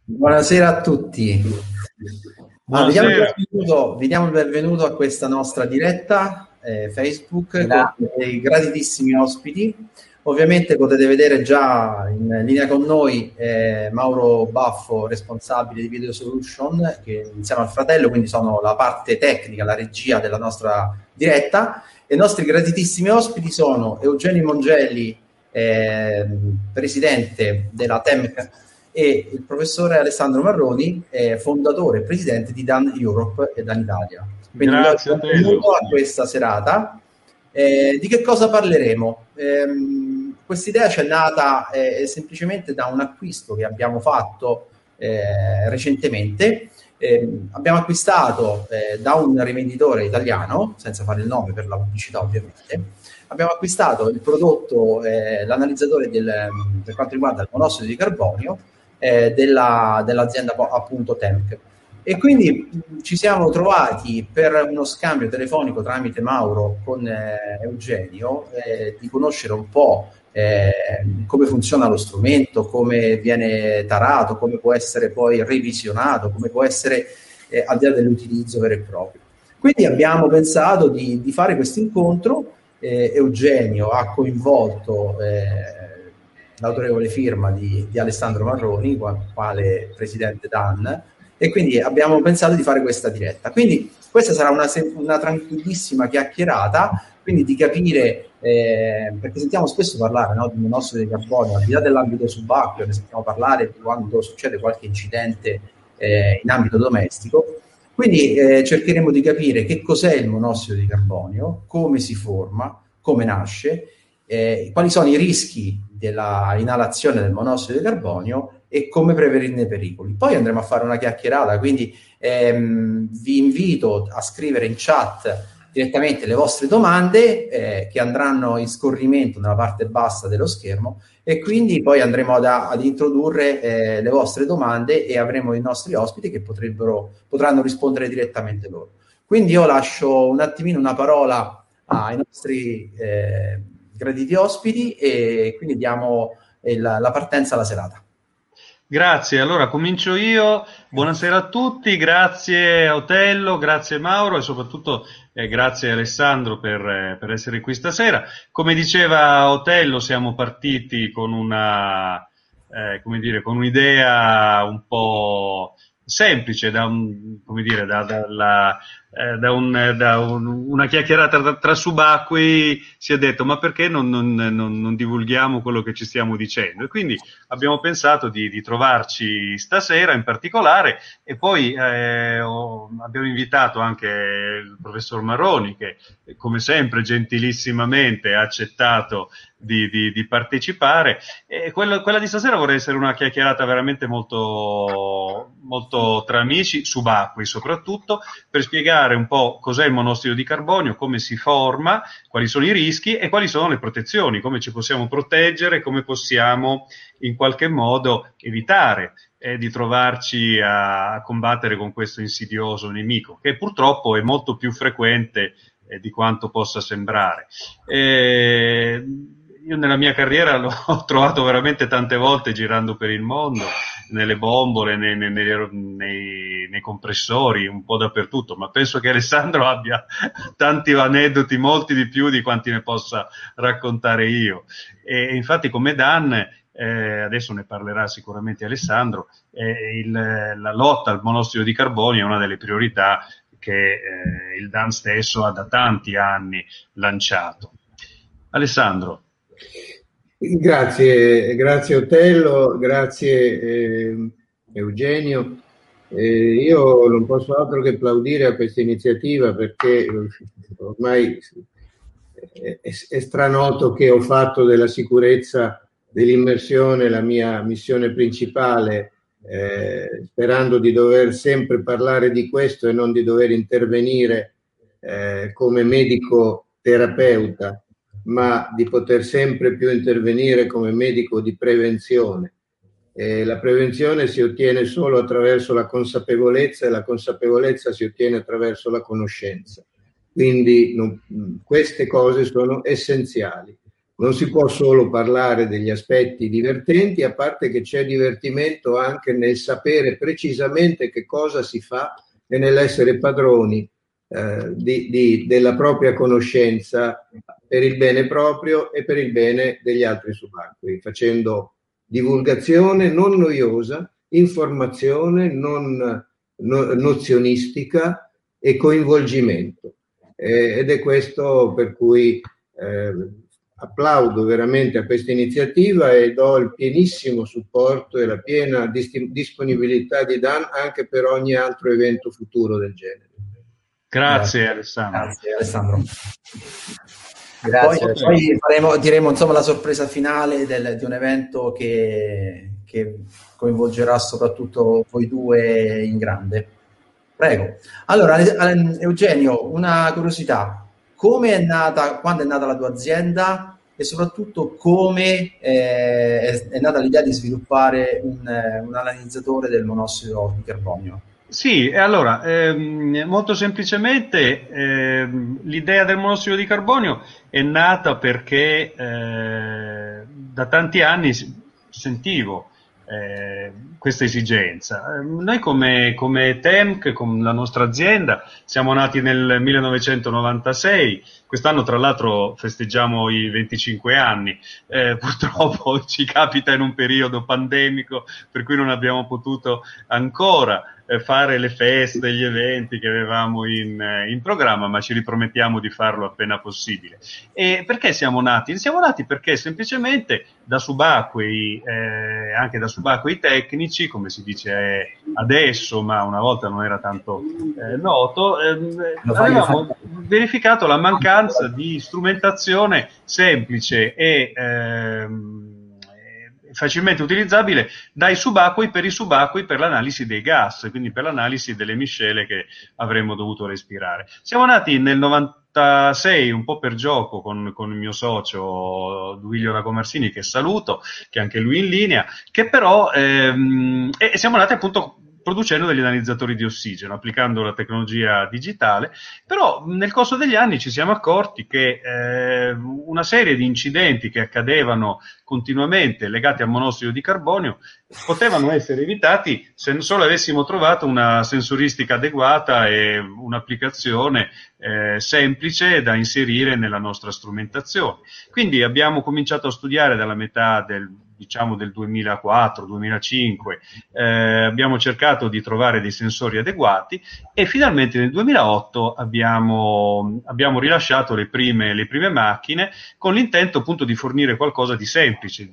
Buonasera a tutti. Buonasera. Vi diamo il benvenuto a questa nostra diretta Facebook con Grazie. dei graditissimi ospiti. Ovviamente potete vedere già in linea con noi Mauro Baffo, responsabile di Video Solution, che insieme al fratello, quindi sono la parte tecnica, la regia della nostra diretta. E i nostri graditissimi ospiti sono Eugenio Mongelli, presidente della TEMC, e il professore Alessandro Marroni, fondatore e presidente di Dan Europe e Dan Italia. Quindi vi do Grazie il a te. benvenuto a questa serata. Di che cosa parleremo? Questa idea ci è nata semplicemente da un acquisto che abbiamo fatto recentemente. Abbiamo acquistato da un rivenditore italiano, senza fare il nome per la pubblicità ovviamente, abbiamo acquistato il prodotto, l'analizzatore per quanto riguarda il monossido di carbonio dell'azienda appunto Temc. E quindi ci siamo trovati per uno scambio telefonico tramite Mauro con Eugenio, di conoscere un po' come funziona lo strumento, come viene tarato, come può essere poi revisionato, come può essere al di là dell'utilizzo vero e proprio. Quindi abbiamo pensato di fare questo incontro. Eugenio ha coinvolto l'autorevole firma di Alessandro Marroni, quale presidente DAN, e quindi abbiamo pensato di fare questa diretta. Quindi questa sarà una tranquillissima chiacchierata, quindi di capire, perché sentiamo spesso parlare, no, di monossido di carbonio, al di là dell'ambito subacqueo, ne sentiamo parlare quando succede qualche incidente in ambito domestico. Quindi cercheremo di capire che cos'è il monossido di carbonio, come si forma, come nasce, quali sono i rischi della inalazione del monossido di carbonio e come prevenirne i pericoli. Poi andremo a fare una chiacchierata, quindi vi invito a scrivere in chat direttamente le vostre domande che andranno in scorrimento nella parte bassa dello schermo, e quindi poi andremo ad introdurre le vostre domande e avremo i nostri ospiti che potranno rispondere direttamente loro. Quindi io lascio un attimino una parola ai nostri graditi ospiti e quindi diamo la partenza alla serata. Grazie, allora comincio io. Buonasera a tutti, grazie a Otello, grazie Mauro e soprattutto grazie Alessandro per essere qui stasera. Come diceva Otello, siamo partiti con con un'idea un po' semplice, una chiacchierata tra subacquei. Si è detto, ma perché non divulghiamo quello che ci stiamo dicendo? E quindi abbiamo pensato di trovarci stasera in particolare, e poi abbiamo invitato anche il professor Marroni, che come sempre gentilissimamente ha accettato di partecipare. E quella di stasera vorrei essere una chiacchierata veramente molto, molto tra amici, subacquei soprattutto, per spiegare un po' cos'è il monossido di carbonio, come si forma, quali sono i rischi e quali sono le protezioni, come ci possiamo proteggere, come possiamo in qualche modo evitare di trovarci a combattere con questo insidioso nemico, che purtroppo è molto più frequente di quanto possa sembrare. Io nella mia carriera l'ho trovato veramente tante volte girando per il mondo, nelle bombole, nei compressori, un po' dappertutto, ma penso che Alessandro abbia tanti aneddoti, molti di più di quanti ne possa raccontare io. E infatti come Dan, adesso ne parlerà sicuramente Alessandro, la lotta al monossido di carbonio è una delle priorità che il Dan stesso ha da tanti anni lanciato. Alessandro. Grazie Otello, grazie Eugenio. Io non posso altro che applaudire a questa iniziativa, perché ormai è stranoto che ho fatto della sicurezza dell'immersione la mia missione principale, sperando di dover sempre parlare di questo e non di dover intervenire come medico terapeuta, ma di poter sempre più intervenire come medico di prevenzione. La prevenzione si ottiene solo attraverso la consapevolezza, e la consapevolezza si ottiene attraverso la conoscenza. Quindi queste cose sono essenziali. non si può solo parlare degli aspetti divertenti, a parte che c'è divertimento anche nel sapere precisamente che cosa si fa e nell'essere padroni della propria conoscenza per il bene proprio e per il bene degli altri subacquei, facendo divulgazione non noiosa, informazione non nozionistica e coinvolgimento. Ed è questo per cui applaudo veramente a questa iniziativa e do il pienissimo supporto e la piena disponibilità di Dan anche per ogni altro evento futuro del genere. Grazie Alessandro. Grazie Alessandro. Grazie. Poi diremo insomma la sorpresa finale di un evento che coinvolgerà soprattutto voi due in grande. Prego. Allora, Eugenio, una curiosità. Come è nata, quando è nata la tua azienda e soprattutto come è nata l'idea di sviluppare un analizzatore del monossido di carbonio? Sì, e allora, molto semplicemente l'idea del monossido di carbonio è nata perché da tanti anni sentivo questa esigenza. Noi come Temc, con la nostra azienda, siamo nati nel 1996, quest'anno tra l'altro festeggiamo i 25 anni, purtroppo ci capita in un periodo pandemico per cui non abbiamo potuto ancora fare le feste, gli eventi che avevamo in programma, ma ci ripromettiamo di farlo appena possibile. E perché siamo nati? Siamo nati perché semplicemente da subacquei, anche da subacquei tecnici, come si dice adesso, ma una volta non era tanto noto, avevamo verificato la mancanza di strumentazione semplice e facilmente utilizzabile dai subacquei per i subacquei per l'analisi dei gas, quindi per l'analisi delle miscele che avremmo dovuto respirare. Siamo nati nel 96 un po' per gioco con il mio socio Duilio Ragomarsini, che saluto, che è anche lui in linea, che però siamo nati appunto producendo degli analizzatori di ossigeno, applicando la tecnologia digitale, però nel corso degli anni ci siamo accorti che una serie di incidenti che accadevano continuamente legati al monossido di carbonio potevano essere evitati se solo avessimo trovato una sensoristica adeguata e un'applicazione semplice da inserire nella nostra strumentazione. Quindi abbiamo cominciato a studiare dalla metà del 2004-2005, abbiamo cercato di trovare dei sensori adeguati e finalmente nel 2008 abbiamo rilasciato le prime macchine con l'intento appunto di fornire qualcosa di semplice,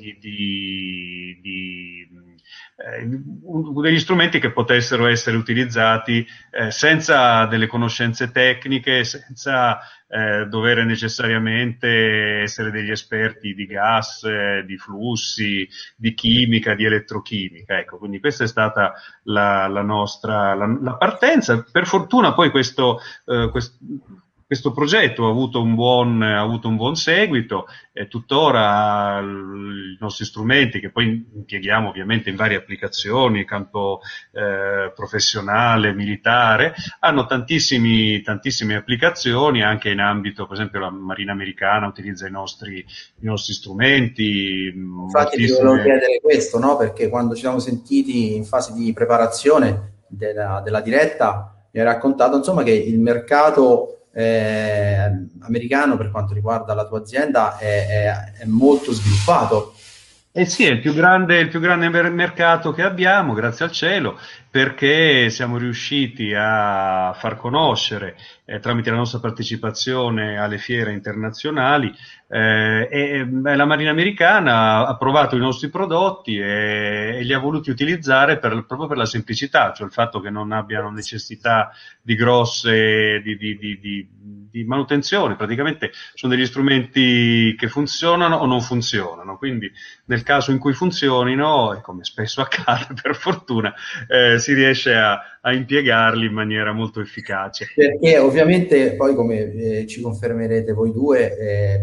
degli strumenti che potessero essere utilizzati senza delle conoscenze tecniche, senza dover necessariamente essere degli esperti di gas, di flussi, di chimica, di elettrochimica. Ecco, quindi questa è stata la nostra partenza. Per fortuna poi questo progetto ha avuto un buon seguito e tuttora i nostri strumenti, che poi impieghiamo ovviamente in varie applicazioni, campo professionale, militare, hanno tantissime applicazioni anche in ambito, per esempio la Marina americana utilizza i nostri strumenti. Infatti ti volevo chiedere questo, no? Perché quando ci siamo sentiti in fase di preparazione della diretta mi hai raccontato insomma che il mercato americano per quanto riguarda la tua azienda è molto sviluppato. Sì, è il più grande mercato che abbiamo, grazie al cielo, perché siamo riusciti a far conoscere tramite la nostra partecipazione alle fiere internazionali la Marina americana ha approvato i nostri prodotti e li ha voluti utilizzare proprio per la semplicità, cioè il fatto che non abbiano necessità di grosse di manutenzione. Praticamente sono degli strumenti che funzionano o non funzionano, quindi nel caso in cui funzionino, e come spesso accade per fortuna, si riesce a impiegarli in maniera molto efficace. Perché ovviamente poi, come ci confermerete voi due,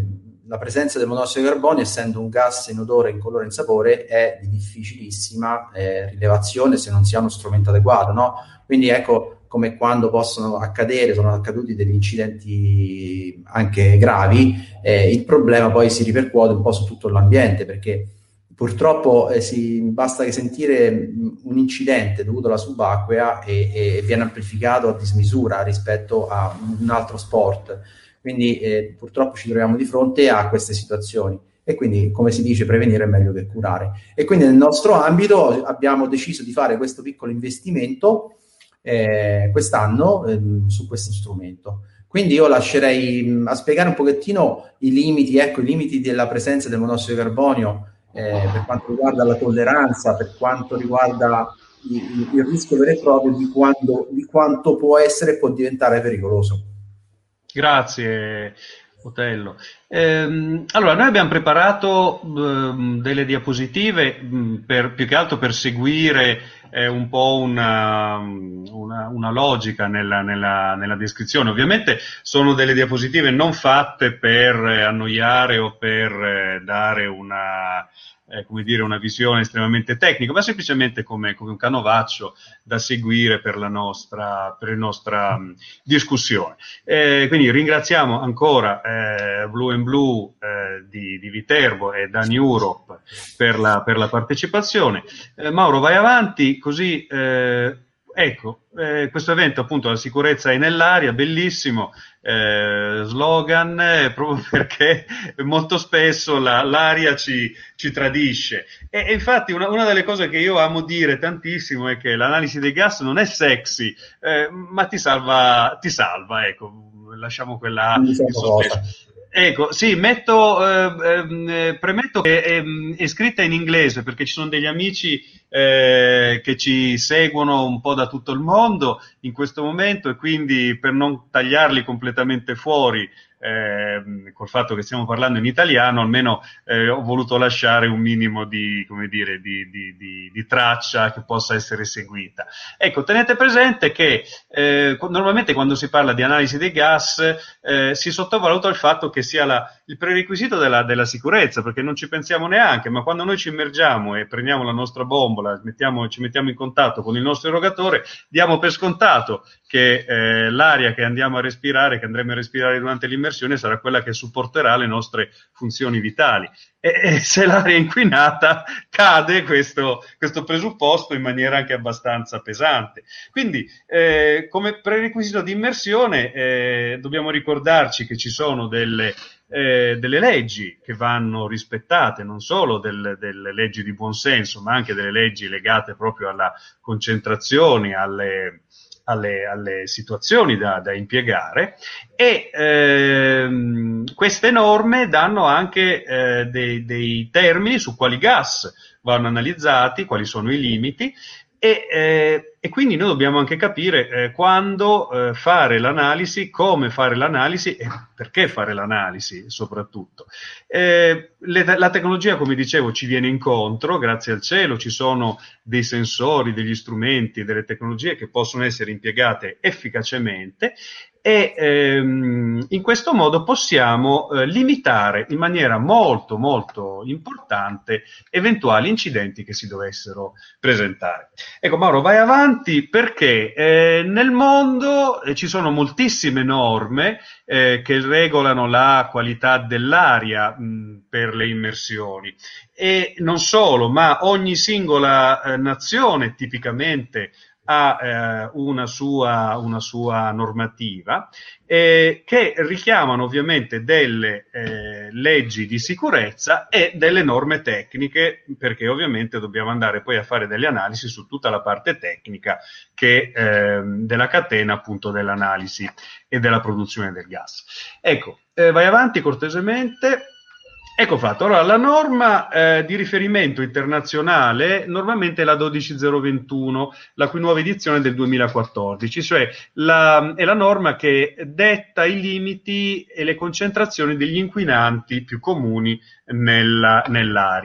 la presenza del monossido di carbonio, essendo un gas inodore, incolore, insapore, è di difficilissima rilevazione se non si ha uno strumento adeguato, no? Quindi ecco come quando possono accadere, sono accaduti degli incidenti anche gravi, il problema poi si ripercuote un po' su tutto l'ambiente, perché purtroppo basta che sentire un incidente dovuto alla subacquea e viene amplificato a dismisura rispetto a un altro sport. Quindi purtroppo ci troviamo di fronte a queste situazioni e quindi, come si dice, prevenire è meglio che curare. E quindi nel nostro ambito abbiamo deciso di fare questo piccolo investimento quest'anno su questo strumento. Quindi io lascerei a spiegare un pochettino i limiti della presenza del monossido di carbonio per quanto riguarda la tolleranza, per quanto riguarda il rischio vero e proprio di quanto può essere e può diventare pericoloso. Grazie, Otello. Allora, noi abbiamo preparato delle diapositive più che altro per seguire un po' una logica nella descrizione. Ovviamente sono delle diapositive non fatte per annoiare o per dare come dire, una visione estremamente tecnica, ma semplicemente come un canovaccio da seguire per la nostra discussione. Quindi ringraziamo ancora Blue and Blue di Viterbo e Dan Europe per la partecipazione. Mauro, vai avanti, così ecco, questo evento appunto la sicurezza è nell'aria, bellissimo, slogan, proprio perché molto spesso l'aria ci tradisce. E infatti una delle cose che io amo dire tantissimo è che l'analisi dei gas non è sexy, ma ti salva, ecco, lasciamo quella in sospeso. Ecco, sì, premetto che è scritta in inglese perché ci sono degli amici che ci seguono un po' da tutto il mondo in questo momento e quindi per non tagliarli completamente fuori col fatto che stiamo parlando in italiano, almeno ho voluto lasciare un minimo di, come dire, di traccia che possa essere seguita. Ecco, tenete presente che normalmente quando si parla di analisi dei gas si sottovaluta il fatto che sia il prerequisito della sicurezza, perché non ci pensiamo neanche, ma quando noi ci immergiamo e prendiamo la nostra bombola, ci mettiamo in contatto con il nostro erogatore, diamo per scontato che l'aria che andiamo a respirare, che andremo a respirare durante l'immersione, sarà quella che supporterà le nostre funzioni vitali. E se l'aria è inquinata cade questo presupposto in maniera anche abbastanza pesante. Quindi come prerequisito di immersione dobbiamo ricordarci che ci sono delle leggi che vanno rispettate, non solo delle leggi di buonsenso, ma anche delle leggi legate proprio alla concentrazione, alle situazioni da impiegare e queste norme danno anche dei termini su quali gas vanno analizzati, quali sono i limiti e quindi noi dobbiamo anche capire quando fare l'analisi, come fare l'analisi e perché fare l'analisi soprattutto. La tecnologia, come dicevo, ci viene incontro, grazie al cielo ci sono dei sensori, degli strumenti, delle tecnologie che possono essere impiegate efficacemente e in questo modo possiamo limitare in maniera molto molto importante eventuali incidenti che si dovessero presentare. Ecco Mauro, vai avanti perché nel mondo ci sono moltissime norme che regolano la qualità dell'aria per le immersioni e non solo, ma ogni singola nazione tipicamente ha una sua normativa che richiamano ovviamente delle leggi di sicurezza e delle norme tecniche, perché ovviamente dobbiamo andare poi a fare delle analisi su tutta la parte tecnica della catena appunto dell'analisi e della produzione del gas. Ecco, vai avanti cortesemente. Ecco fatto. Allora, la norma di riferimento internazionale normalmente è la 12021, la cui nuova edizione è del 2014, cioè è la norma che detta i limiti e le concentrazioni degli inquinanti più comuni nell'aria.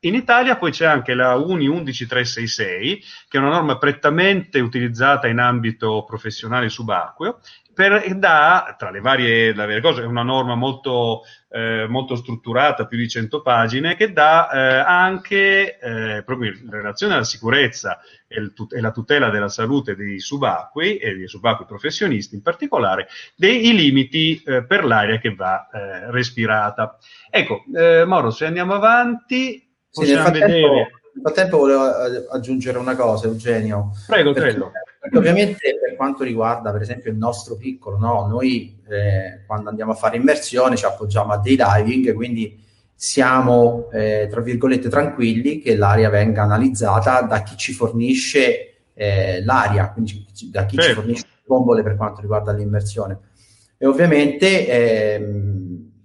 In Italia poi c'è anche la UNI 11366, che è una norma prettamente utilizzata in ambito professionale subacqueo, tra le varie cose, è una norma molto strutturata, più di 100 pagine, che dà anche, proprio in relazione alla sicurezza e la tutela della salute dei subacquei e dei subacquei professionisti in particolare, dei limiti per l'aria che va respirata. Ecco, Mauro, se andiamo avanti, possiamo vedere. Nel frattempo volevo aggiungere una cosa, Eugenio. Prego. Perché ovviamente per quanto riguarda per esempio il nostro piccolo, no? Noi quando andiamo a fare immersione ci appoggiamo a dei diving, quindi siamo tra virgolette tranquilli che l'aria venga analizzata da chi ci fornisce l'aria, quindi da chi ci fornisce le bombole per quanto riguarda l'immersione. E ovviamente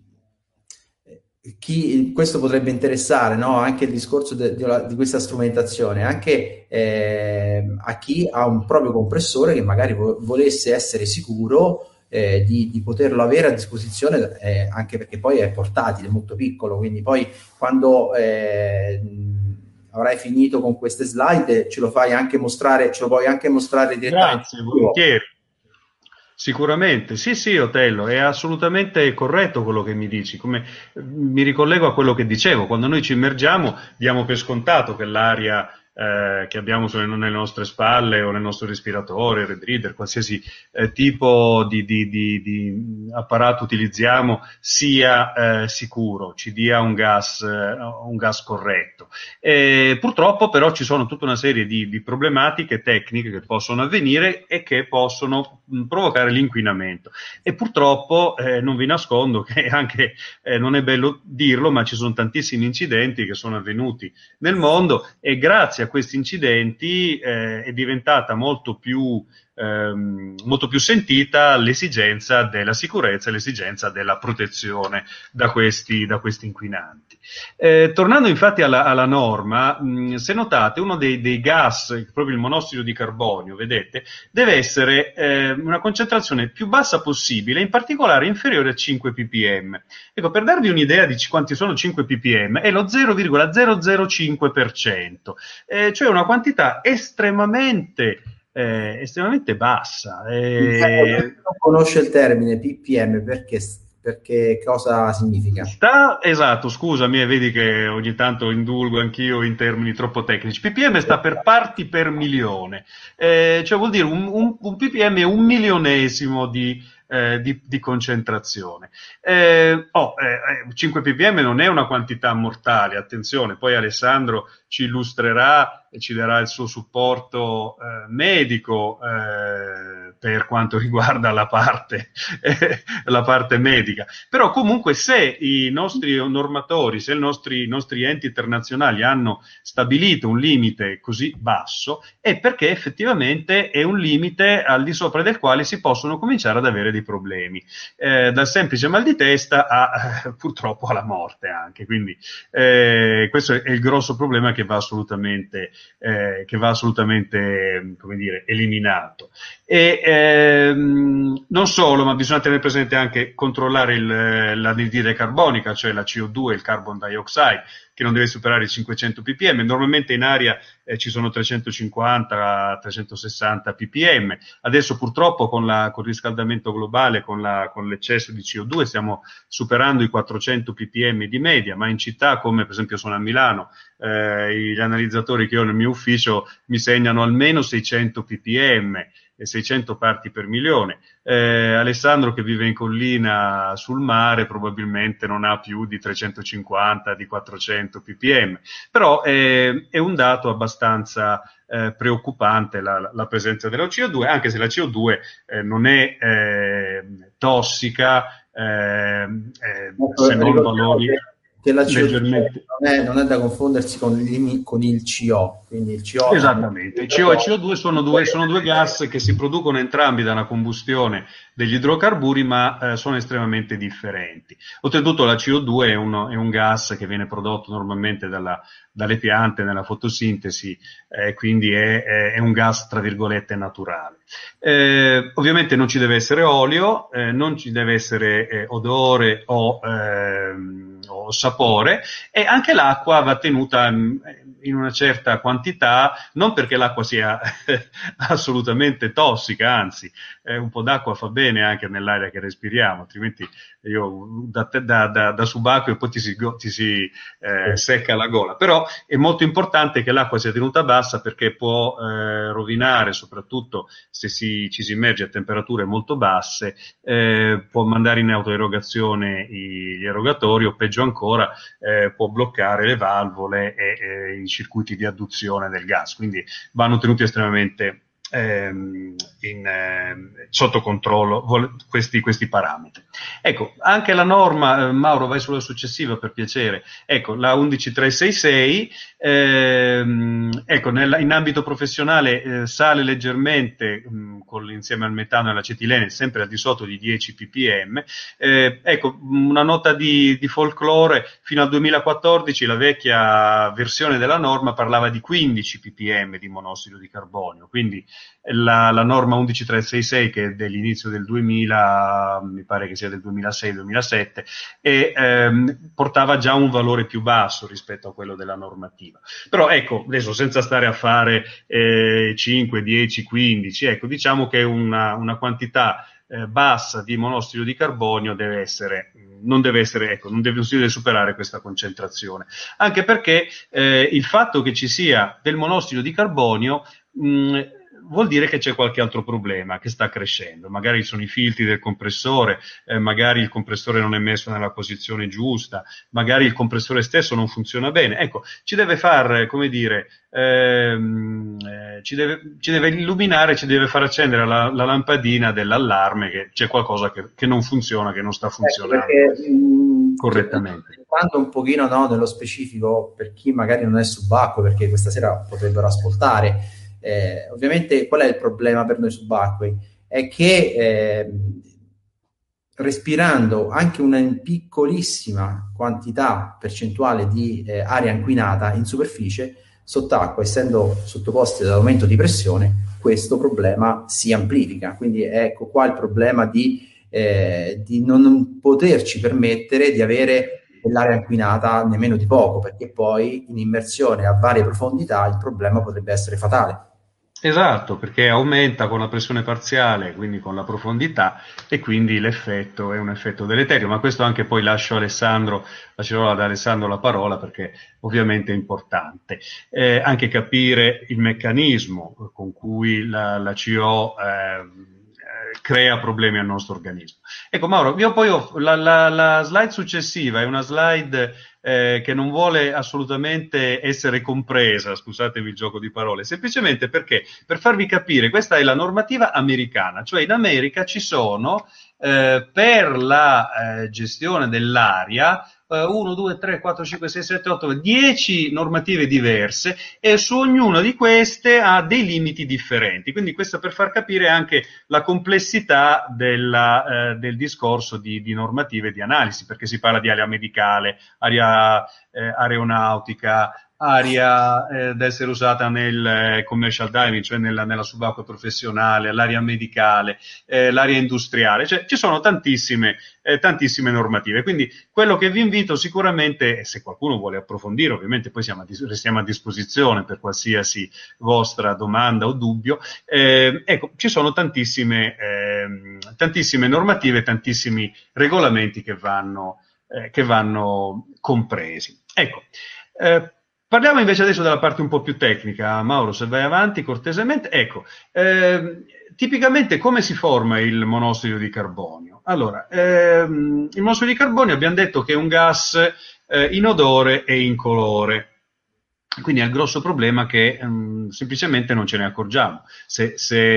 questo potrebbe interessare, no? Anche il discorso di questa strumentazione, anche a chi ha un proprio compressore che magari volesse essere sicuro di poterlo avere a disposizione, anche perché poi è portatile, molto piccolo, quindi poi quando avrai finito con queste slide ce lo puoi anche mostrare direttamente. Grazie, volentieri. Sicuramente, sì, Otello, è assolutamente corretto quello che mi dici. Mi ricollego a quello che dicevo, quando noi ci immergiamo diamo per scontato che l'aria che abbiamo nelle nostre spalle o nel nostro respiratore, red reader, qualsiasi tipo di apparato utilizziamo sia sicuro, ci dia un gas corretto. Purtroppo però ci sono tutta una serie di problematiche tecniche che possono avvenire e che possono provocare l'inquinamento. E purtroppo non vi nascondo che anche non è bello dirlo, ma ci sono tantissimi incidenti che sono avvenuti nel mondo, e grazie a questi incidenti è diventata molto più sentita l'esigenza della sicurezza e l'esigenza della protezione da questi inquinanti. Tornando infatti alla norma, se notate, uno dei gas, proprio il monossido di carbonio, vedete, deve essere una concentrazione più bassa possibile, in particolare inferiore a 5 ppm. Ecco, per darvi un'idea di quanti sono 5 ppm, è lo 0,005%, cioè una quantità estremamente bassa. Non conosce il termine ppm, perché cosa significa? Esatto, scusami, vedi che ogni tanto indulgo anch'io in termini troppo tecnici. ppm sta per parti per milione, cioè vuol dire un ppm è 1/1000.000 di concentrazione. 5 ppm non è una quantità mortale, attenzione, poi Alessandro ci illustrerà e ci darà il suo supporto medico per quanto riguarda la parte medica. Però comunque se i nostri normatori, se i nostri enti internazionali hanno stabilito un limite così basso, è perché effettivamente è un limite al di sopra del quale si possono cominciare ad avere dei problemi, dal semplice mal di testa purtroppo alla morte anche. Quindi questo è il grosso problema che va assolutamente come dire, eliminato. E non solo, ma bisogna tenere presente anche controllare l'anidride carbonica, cioè la CO2, il carbon dioxide, che non deve superare i 500 ppm. Normalmente in aria ci sono 350-360 ppm. Adesso purtroppo con il riscaldamento globale, con l'eccesso di CO2, stiamo superando i 400 ppm di media, ma in città come per esempio sono a Milano, gli analizzatori che ho nel mio ufficio mi segnano almeno 600 ppm e 600 parti per milione. Alessandro, che vive in collina sul mare, probabilmente non ha più di 350, di 400 ppm, però è un dato abbastanza preoccupante la presenza della CO2, anche se la CO2 non è tossica, se non valori che la CO2 non è da confondersi con il CO, quindi il CO. Esattamente, il CO e il CO2 sono due gas che si producono entrambi da una combustione degli idrocarburi, ma sono estremamente differenti. Oltretutto la CO2 è un gas che viene prodotto normalmente dalle piante nella fotosintesi, quindi è un gas tra virgolette naturale. Ovviamente non ci deve essere olio, non ci deve essere odore o sapore, e anche l'acqua va tenuta in una certa quantità, non perché l'acqua sia assolutamente tossica, anzi un po' d'acqua fa bene anche nell'aria che respiriamo, altrimenti io da subacqueo poi ti si secca la gola. Però è molto importante che l'acqua sia tenuta bassa, perché può rovinare, soprattutto se ci si immerge a temperature molto basse, può mandare in autoerogazione gli erogatori, o peggio ancora può bloccare le valvole e i circuiti di adduzione del gas, quindi vanno tenuti estremamente sotto controllo questi parametri. Ecco, anche la norma, Mauro, vai sulla successiva per piacere, ecco, la 11366, ecco, in ambito professionale sale leggermente insieme al metano e all'acetilene, sempre al di sotto di 10 ppm. Ecco, una nota di folklore: fino al 2014 la vecchia versione della norma parlava di 15 ppm di monossido di carbonio, quindi la norma 11366, che è dell'inizio del 2000, mi pare che sia del 2006-2007, e portava già un valore più basso rispetto a quello della normativa. Però ecco, adesso senza stare a fare 5, 10, 15, ecco, diciamo che una quantità bassa di monossido di carbonio non si deve superare questa concentrazione, anche perché il fatto che ci sia del monossido di carbonio vuol dire che c'è qualche altro problema che sta crescendo. Magari sono i filtri del compressore, magari il compressore non è messo nella posizione giusta, magari il compressore stesso non funziona bene. Ecco, ci deve far, come dire, ci deve illuminare, ci deve far accendere la lampadina dell'allarme che c'è qualcosa che non funziona, che non sta funzionando correttamente. Entrando un pochino nello specifico, per chi magari non è subacqueo, perché questa sera potrebbero ascoltare, ovviamente qual è il problema per noi subacquei? È che respirando anche una piccolissima quantità percentuale di aria inquinata in superficie, sott'acqua, essendo sottoposti ad aumento di pressione, questo problema si amplifica. Quindi ecco qua il problema di non poterci permettere di avere dell'aria inquinata nemmeno di poco, perché poi in immersione a varie profondità il problema potrebbe essere fatale. Esatto, perché aumenta con la pressione parziale, quindi con la profondità, e quindi l'effetto è un effetto deleterio. Ma questo anche poi lascerò ad Alessandro la parola, perché ovviamente è importante anche capire il meccanismo con cui la CO crea problemi al nostro organismo. Ecco, Mauro, io poi ho la slide successiva, è una slide che non vuole assolutamente essere compresa, scusatemi il gioco di parole, semplicemente perché, per farvi capire, questa è la normativa americana, cioè in America ci sono per la gestione dell'aria 1, 2, 3, 4, 5, 6, 7, 8, 10 normative diverse, e su ognuna di queste ha dei limiti differenti. Quindi questo per far capire anche la complessità del discorso di normative e di analisi, perché si parla di aria medicale, aria aeronautica, aria da essere usata nel commercial diving, cioè nella subacquea professionale, l'aria medicale, l'aria industriale, cioè ci sono tantissime normative. Quindi quello che vi invito sicuramente, se qualcuno vuole approfondire, ovviamente poi restiamo a disposizione per qualsiasi vostra domanda o dubbio, ecco, ci sono tantissime normative, tantissimi regolamenti che vanno compresi. Ecco, parliamo invece adesso della parte un po' più tecnica. Mauro, se vai avanti cortesemente. Ecco, tipicamente come si forma il monossido di carbonio? Allora, il monossido di carbonio abbiamo detto che è un gas inodore e incolore. Quindi è il grosso problema che semplicemente non ce ne accorgiamo. Se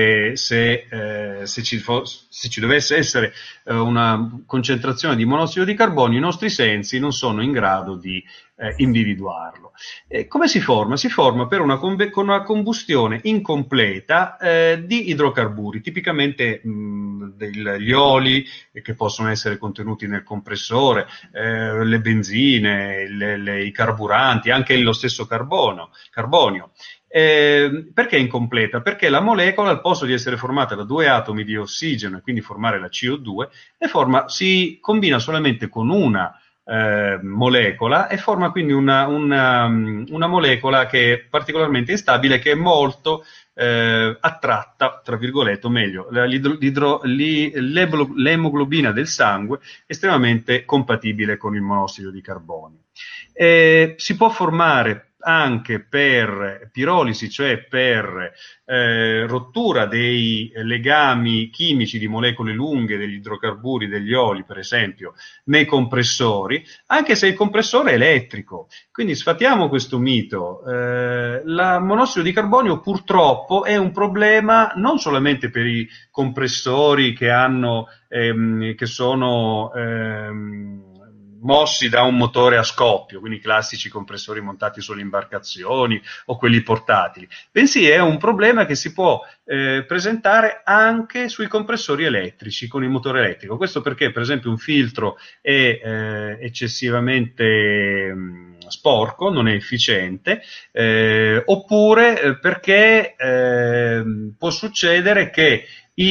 ci dovesse essere una concentrazione di monossido di carbonio, i nostri sensi non sono in grado di individuarlo. Come si forma? Si forma per con una combustione incompleta di idrocarburi, tipicamente degli oli che possono essere contenuti nel compressore, le benzine, i carburanti, anche lo stesso carbonio. Perché è incompleta? Perché la molecola, al posto di essere formata da 2 atomi di ossigeno e quindi formare la CO2, si combina solamente con una molecola e forma quindi una molecola che è particolarmente instabile, che è molto attratta, tra virgolette, o meglio, l'emoglobina del sangue è estremamente compatibile con il monossido di carbonio. Si può formare anche per pirolisi, cioè per rottura dei legami chimici di molecole lunghe degli idrocarburi, degli oli, per esempio, nei compressori, anche se il compressore è elettrico. Quindi sfatiamo questo mito. La monossido di carbonio purtroppo è un problema non solamente per i compressori che sono mossi da un motore a scoppio, quindi i classici compressori montati sulle imbarcazioni o quelli portatili, bensì è un problema che si può presentare anche sui compressori elettrici con il motore elettrico. Questo perché, per esempio, un filtro è eccessivamente sporco, non è efficiente, oppure perché può succedere che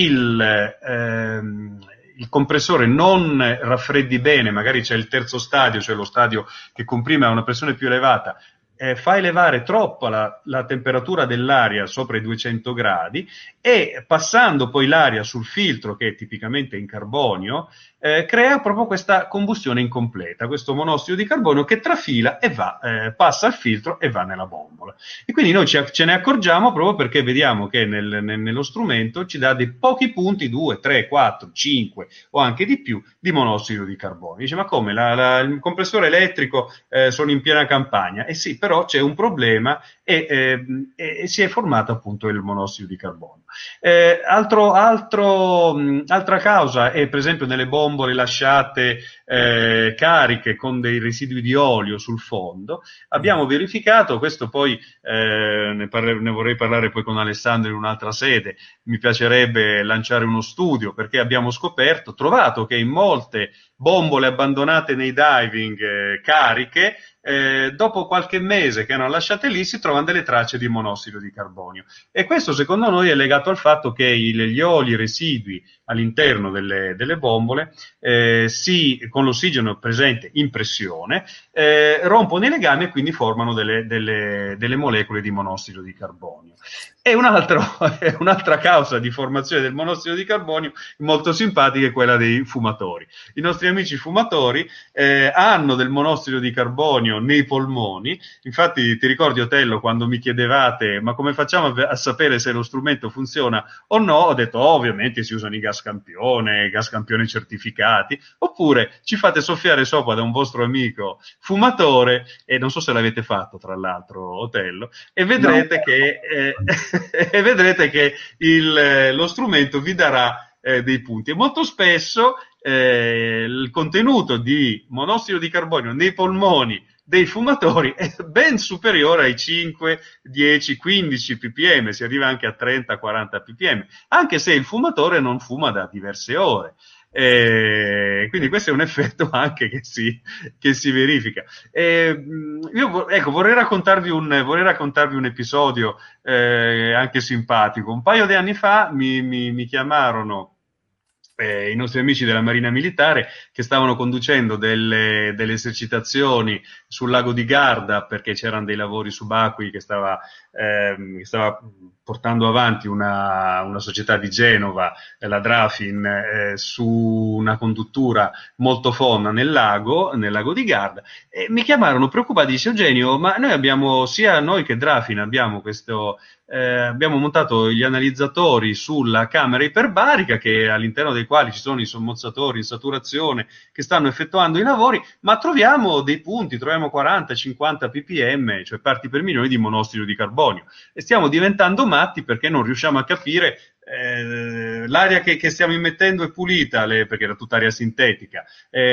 il compressore non raffreddi bene, magari c'è il terzo stadio, cioè lo stadio che comprime a una pressione più elevata, fa elevare troppo la temperatura dell'aria sopra i 200 gradi e passando poi l'aria sul filtro, che è tipicamente in carbonio, crea proprio questa combustione incompleta, questo monossido di carbonio che trafila e passa al filtro e va nella bombola. E quindi noi ce ne accorgiamo proprio perché vediamo che nello strumento ci dà dei pochi punti, 2, 3, 4, 5 o anche di più, di monossido di carbonio. Dice, ma come? Il compressore elettrico sono in piena campagna? Eh sì, però c'è un problema e si è formato appunto il monossido di carbonio. Altra causa è, per esempio, nelle bombole lasciate cariche con dei residui di olio sul fondo. Abbiamo verificato, questo poi ne vorrei parlare poi con Alessandro in un'altra sede, mi piacerebbe lanciare uno studio, perché abbiamo trovato che in molte bombole abbandonate nei diving cariche, dopo qualche mese che erano lasciate lì, si trovano delle tracce di monossido di carbonio, e questo secondo noi è legato al fatto che gli oli residui all'interno delle bombole con l'ossigeno presente in pressione rompono i legami e quindi formano delle molecole di monossido di carbonio. E un'altra causa di formazione del monossido di carbonio molto simpatica è quella dei fumatori. I nostri amici fumatori hanno del monossido di carbonio nei polmoni. Infatti ti ricordi, Otello, quando mi chiedevate ma come facciamo a sapere se lo strumento funziona o no, ho detto ovviamente si usano i gas campione certificati, oppure ci fate soffiare sopra da un vostro amico fumatore, e non so se l'avete fatto tra l'altro, Otello, e vedrete che lo strumento vi darà dei punti, e molto spesso il contenuto di monossido di carbonio nei polmoni dei fumatori è ben superiore ai 5, 10, 15 ppm, si arriva anche a 30, 40 ppm, anche se il fumatore non fuma da diverse ore. Quindi questo è un effetto anche che si verifica. Io vorrei raccontarvi un episodio anche simpatico. Un paio di anni fa mi chiamarono i nostri amici della Marina Militare, che stavano conducendo delle esercitazioni sul lago di Garda, perché c'erano dei lavori subacquei che stava portando avanti una società di Genova, la Drafin, su una conduttura molto fonda nel lago di Garda, e mi chiamarono preoccupati. Dice: Eugenio, ma sia noi che Drafin abbiamo montato gli analizzatori sulla camera iperbarica, all'interno dei quali ci sono i sommozzatori in saturazione che stanno effettuando i lavori, ma troviamo dei punti, troviamo 40-50 ppm, cioè parti per milione di monossido di carbonio. carbonio. E stiamo diventando matti perché non riusciamo a capire l'aria che stiamo immettendo è pulita, perché era tutta aria sintetica,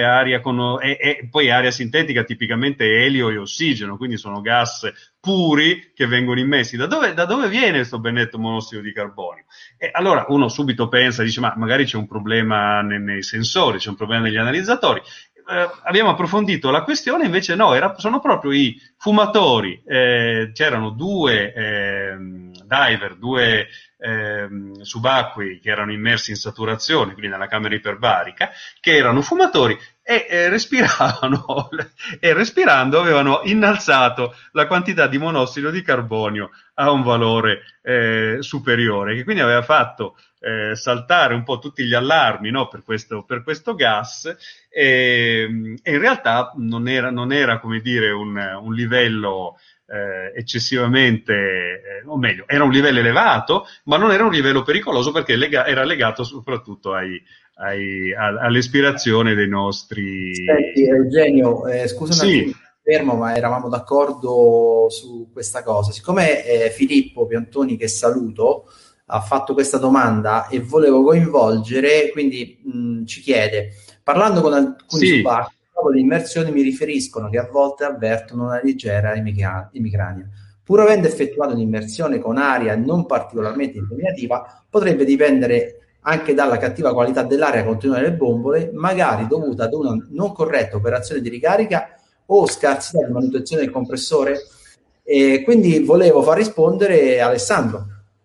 poi aria sintetica tipicamente è elio e ossigeno, quindi sono gas puri che vengono immessi. Da dove viene questo benedetto monossido di carbonio? E allora uno subito pensa, dice, ma magari c'è un problema nei sensori, c'è un problema negli analizzatori. Abbiamo approfondito la questione, invece no, sono proprio i fumatori. C'erano due diver, due subacquei che erano immersi in saturazione, quindi nella camera iperbarica, che erano fumatori e respiravano e respirando avevano innalzato la quantità di monossido di carbonio a un valore superiore, che quindi aveva fatto saltare un po' tutti gli allarmi, no, per questo gas, e in realtà non era come dire un livello eccessivamente, o meglio, era un livello elevato, ma non era un livello pericoloso perché era legato soprattutto all'espirazione dei nostri... Senti, Eugenio, scusa un Sì. attimo, fermo, ma eravamo d'accordo su questa cosa. Siccome Filippo Piantoni, che saluto, ha fatto questa domanda e volevo coinvolgere, quindi ci chiede, parlando con alcuni subacquei, dopo l'immersione mi riferiscono che a volte avvertono una leggera emicrania. Pur avendo effettuato un'immersione con aria non particolarmente impegnativa, potrebbe dipendere anche dalla cattiva qualità dell'aria contenuta nelle bombole, magari dovuta ad una non corretta operazione di ricarica o scarsità di manutenzione del compressore. E quindi volevo far rispondere Alessandro.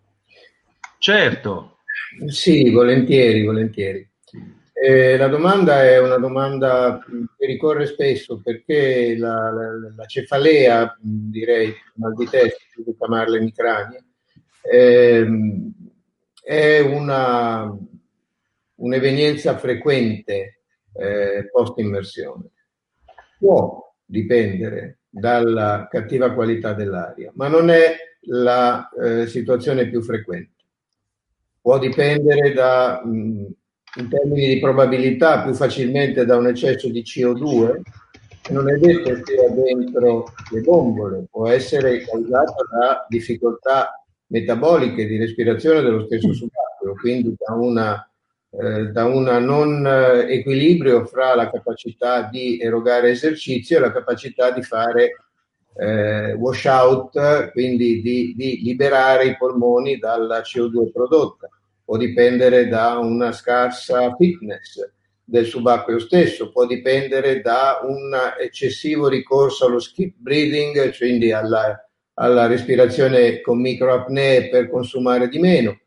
Certo. Sì, volentieri. La domanda è una domanda che ricorre spesso perché la cefalea, direi, mal di testa, più che chiamarla emicrania, è un'evenienza frequente post-immersione. Può dipendere dalla cattiva qualità dell'aria, ma non è la situazione più frequente. Può dipendere in termini di probabilità più facilmente da un eccesso di CO2, che non è detto che sia dentro le bombole, può essere causata da difficoltà metaboliche di respirazione dello stesso subacqueo, quindi da un non equilibrio fra la capacità di erogare esercizio e la capacità di fare washout, quindi di liberare i polmoni dalla CO2 prodotta. Può dipendere da una scarsa fitness del subacqueo stesso, può dipendere da un eccessivo ricorso allo skip breathing, quindi alla respirazione con microapnee per consumare di meno,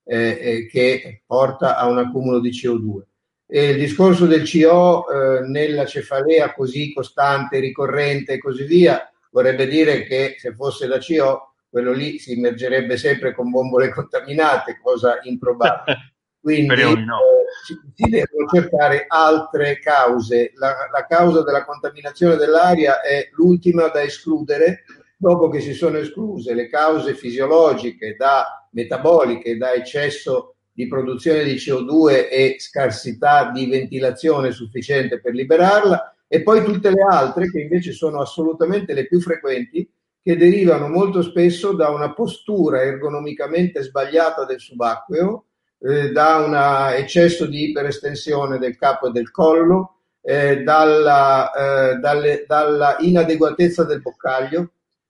che porta a un accumulo di CO2. E il discorso del CO nella cefalea così costante, ricorrente e così via, vorrebbe dire che se fosse da CO, quello lì si immergerebbe sempre con bombole contaminate, cosa improbabile. Quindi si devono cercare altre cause. La causa della contaminazione dell'aria è l'ultima da escludere. Dopo che si sono escluse le cause fisiologiche, metaboliche, da eccesso di produzione di CO2 e scarsità di ventilazione sufficiente per liberarla, e poi tutte le altre che invece sono assolutamente le più frequenti, che derivano molto spesso da una postura ergonomicamente sbagliata del subacqueo, da un eccesso di iperestensione del capo e del collo, dalla inadeguatezza del boccaglio,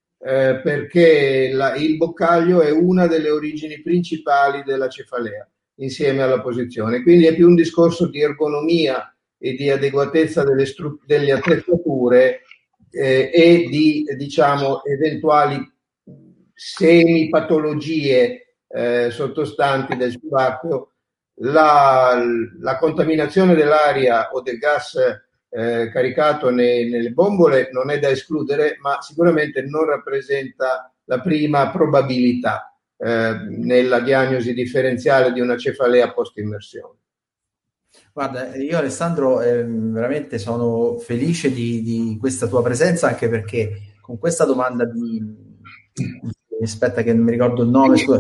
perché il boccaglio è una delle origini principali della cefalea, insieme alla posizione. Quindi è più un discorso di ergonomia e di adeguatezza delle attrezzature e di, diciamo, eventuali semipatologie sottostanti del subacqueo. La contaminazione dell'aria o del gas caricato nelle bombole non è da escludere, ma sicuramente non rappresenta la prima probabilità nella diagnosi differenziale di una cefalea post-immersione. Guarda, io Alessandro veramente sono felice di questa tua presenza, anche perché con questa domanda aspetta che non mi ricordo il nome, scusa,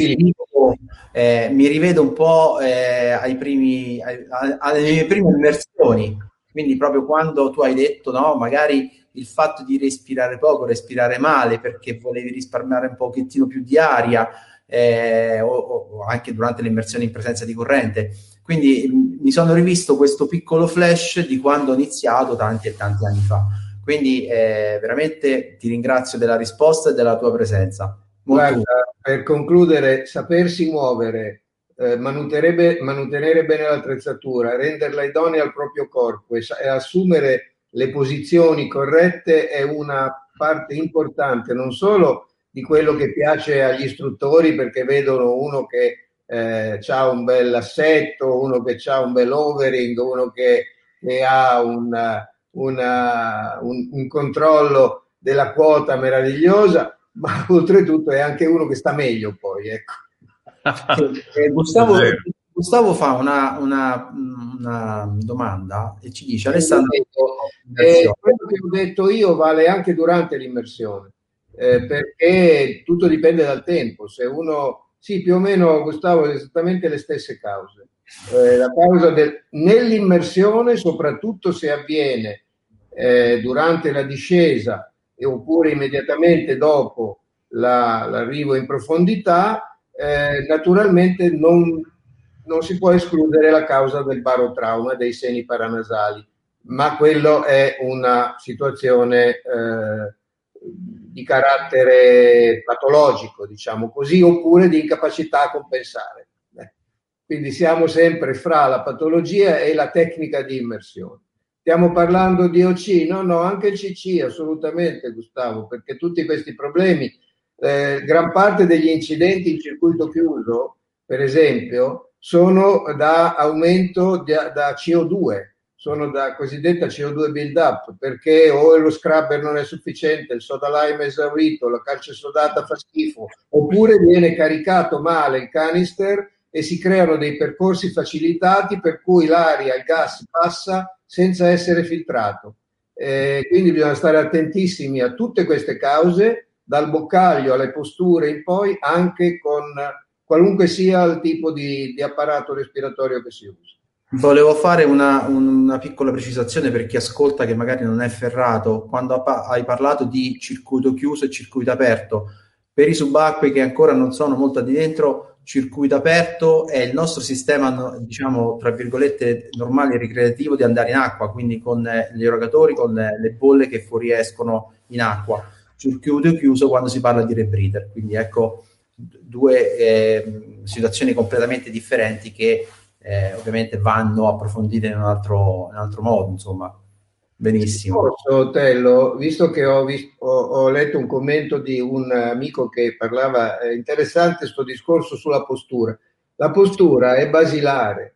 mi rivedo un po' alle mie prime immersioni, quindi proprio quando tu hai detto no, magari il fatto di respirare poco, respirare male perché volevi risparmiare un pochettino più di aria, o anche durante le immersioni in presenza di corrente. Quindi mi sono rivisto questo piccolo flash di quando ho iniziato tanti e tanti anni fa. Quindi veramente ti ringrazio della risposta e della tua presenza. Molto Guarda, per concludere, sapersi muovere, mantenere bene l'attrezzatura, renderla idonea al proprio corpo e assumere le posizioni corrette è una parte importante non solo di quello che piace agli istruttori, perché vedono uno che ha un bel assetto, uno che ha un bel overing, uno che ha un controllo della quota meravigliosa, ma oltretutto è anche uno che sta meglio poi, ecco. Gustavo fa una domanda e ci dice: Alessandro, quello che ho detto io vale anche durante l'immersione, perché tutto dipende dal tempo. Se uno, sì, più o meno, Gustavo, esattamente le stesse cause. La causa nell'immersione, soprattutto se avviene durante la discesa oppure immediatamente dopo l'arrivo in profondità, naturalmente non si può escludere la causa del barotrauma dei seni paranasali, ma quello è una situazione di carattere patologico, diciamo così, oppure di incapacità a compensare. Quindi siamo sempre fra la patologia e la tecnica di immersione. Stiamo parlando di OC? No, anche il CC, assolutamente, Gustavo, perché tutti questi problemi, gran parte degli incidenti in circuito chiuso, per esempio, sono da aumento da CO2, sono da cosiddetta CO2 build up, perché o lo scrubber non è sufficiente, il soda lime è esaurito, la calce sodata fa schifo, oppure viene caricato male il canister e si creano dei percorsi facilitati per cui l'aria, il gas passa senza essere filtrato. Quindi bisogna stare attentissimi a tutte queste cause, dal boccaglio alle posture in poi, anche con qualunque sia il tipo di apparato respiratorio che si usa. Volevo fare una piccola precisazione per chi ascolta che magari non è ferrato. Quando hai parlato di circuito chiuso e circuito aperto, per i subacquei che ancora non sono molto addentro, circuito aperto è il nostro sistema, diciamo, tra virgolette, normale e ricreativo di andare in acqua, quindi con gli erogatori, con le bolle che fuoriescono in acqua. Circuito chiuso quando si parla di rebreather. Quindi ecco due situazioni completamente differenti che ovviamente vanno approfondite in un altro modo, insomma. Benissimo. Posso, Tello, visto che ho letto un commento di un amico che parlava, interessante sto discorso sulla postura. La postura è basilare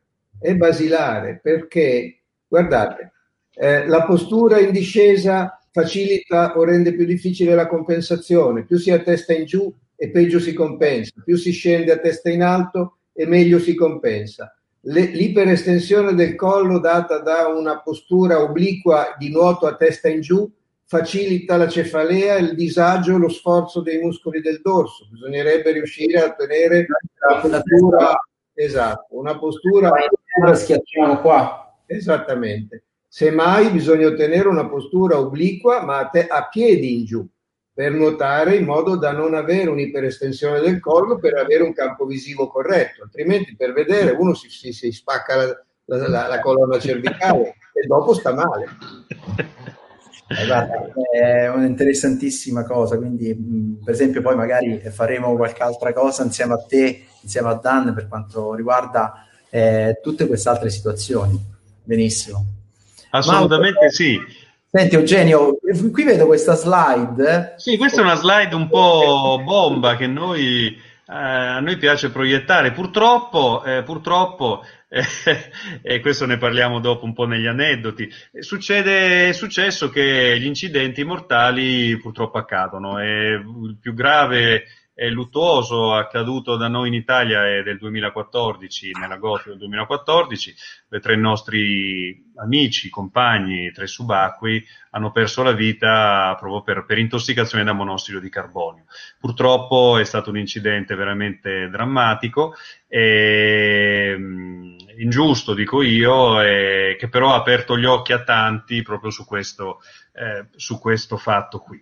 perché, guardate, la postura in discesa facilita o rende più difficile la compensazione. Più si è a testa in giù e peggio si compensa, più si scende a testa in alto e meglio si compensa. L'iperestensione del collo data da una postura obliqua di nuoto a testa in giù facilita la cefalea, il disagio, lo sforzo dei muscoli del dorso. Bisognerebbe riuscire a tenere una postura, esatto, una postura. Schiacciamo qua. Esattamente. Semmai bisogna ottenere una postura obliqua ma a piedi in giù, per nuotare in modo da non avere un'iperestensione del collo, per avere un campo visivo corretto, altrimenti per vedere uno si spacca la colonna cervicale e dopo sta male. Guarda, è un'interessantissima cosa, quindi per esempio poi magari faremo qualche altra cosa insieme a te, insieme a Dan, per quanto riguarda tutte queste altre situazioni. Benissimo. Assolutamente sì. Senti Eugenio, qui vedo questa slide. Sì, questa è una slide un po' bomba che a noi piace proiettare. Purtroppo, e questo ne parliamo dopo un po' negli aneddoti, è successo che gli incidenti mortali purtroppo accadono. E il più grave e luttuoso accaduto da noi in Italia è del 2014, nell'agosto del 2014, dove 3 nostri amici, compagni, 3 subacquei, hanno perso la vita proprio per intossicazione da monossido di carbonio. Purtroppo è stato un incidente veramente drammatico e ingiusto, dico io, che però ha aperto gli occhi a tanti proprio su questo fatto qui.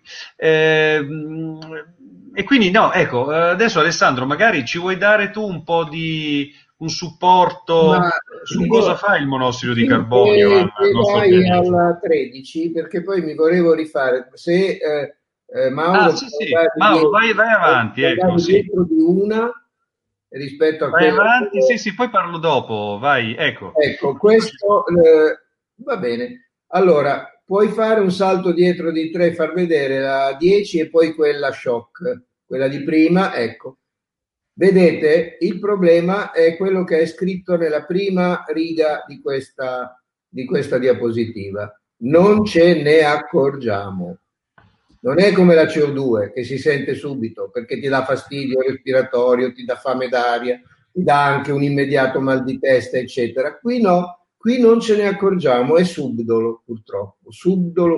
E quindi no, ecco, adesso Alessandro, magari ci vuoi dare tu un po' di un supporto su cosa fa il monossido di carbonio al nostro organismo? Alla 13, perché poi mi volevo rifare, se Mauro sì. Mauro, vai avanti, ecco, sì. Dietro di una rispetto a vai avanti, sì, poi parlo dopo, vai, ecco. Ecco, questo va bene. Allora, puoi fare un salto dietro di 3, far vedere la 10 e poi quella shock, quella di prima, ecco. Vedete, il problema è quello che è scritto nella prima riga di questa diapositiva. Non ce ne accorgiamo. Non è come la CO2 che si sente subito perché ti dà fastidio respiratorio, ti dà fame d'aria, ti dà anche un immediato mal di testa, eccetera. Qui no, qui non ce ne accorgiamo, è subdolo purtroppo, subdolo.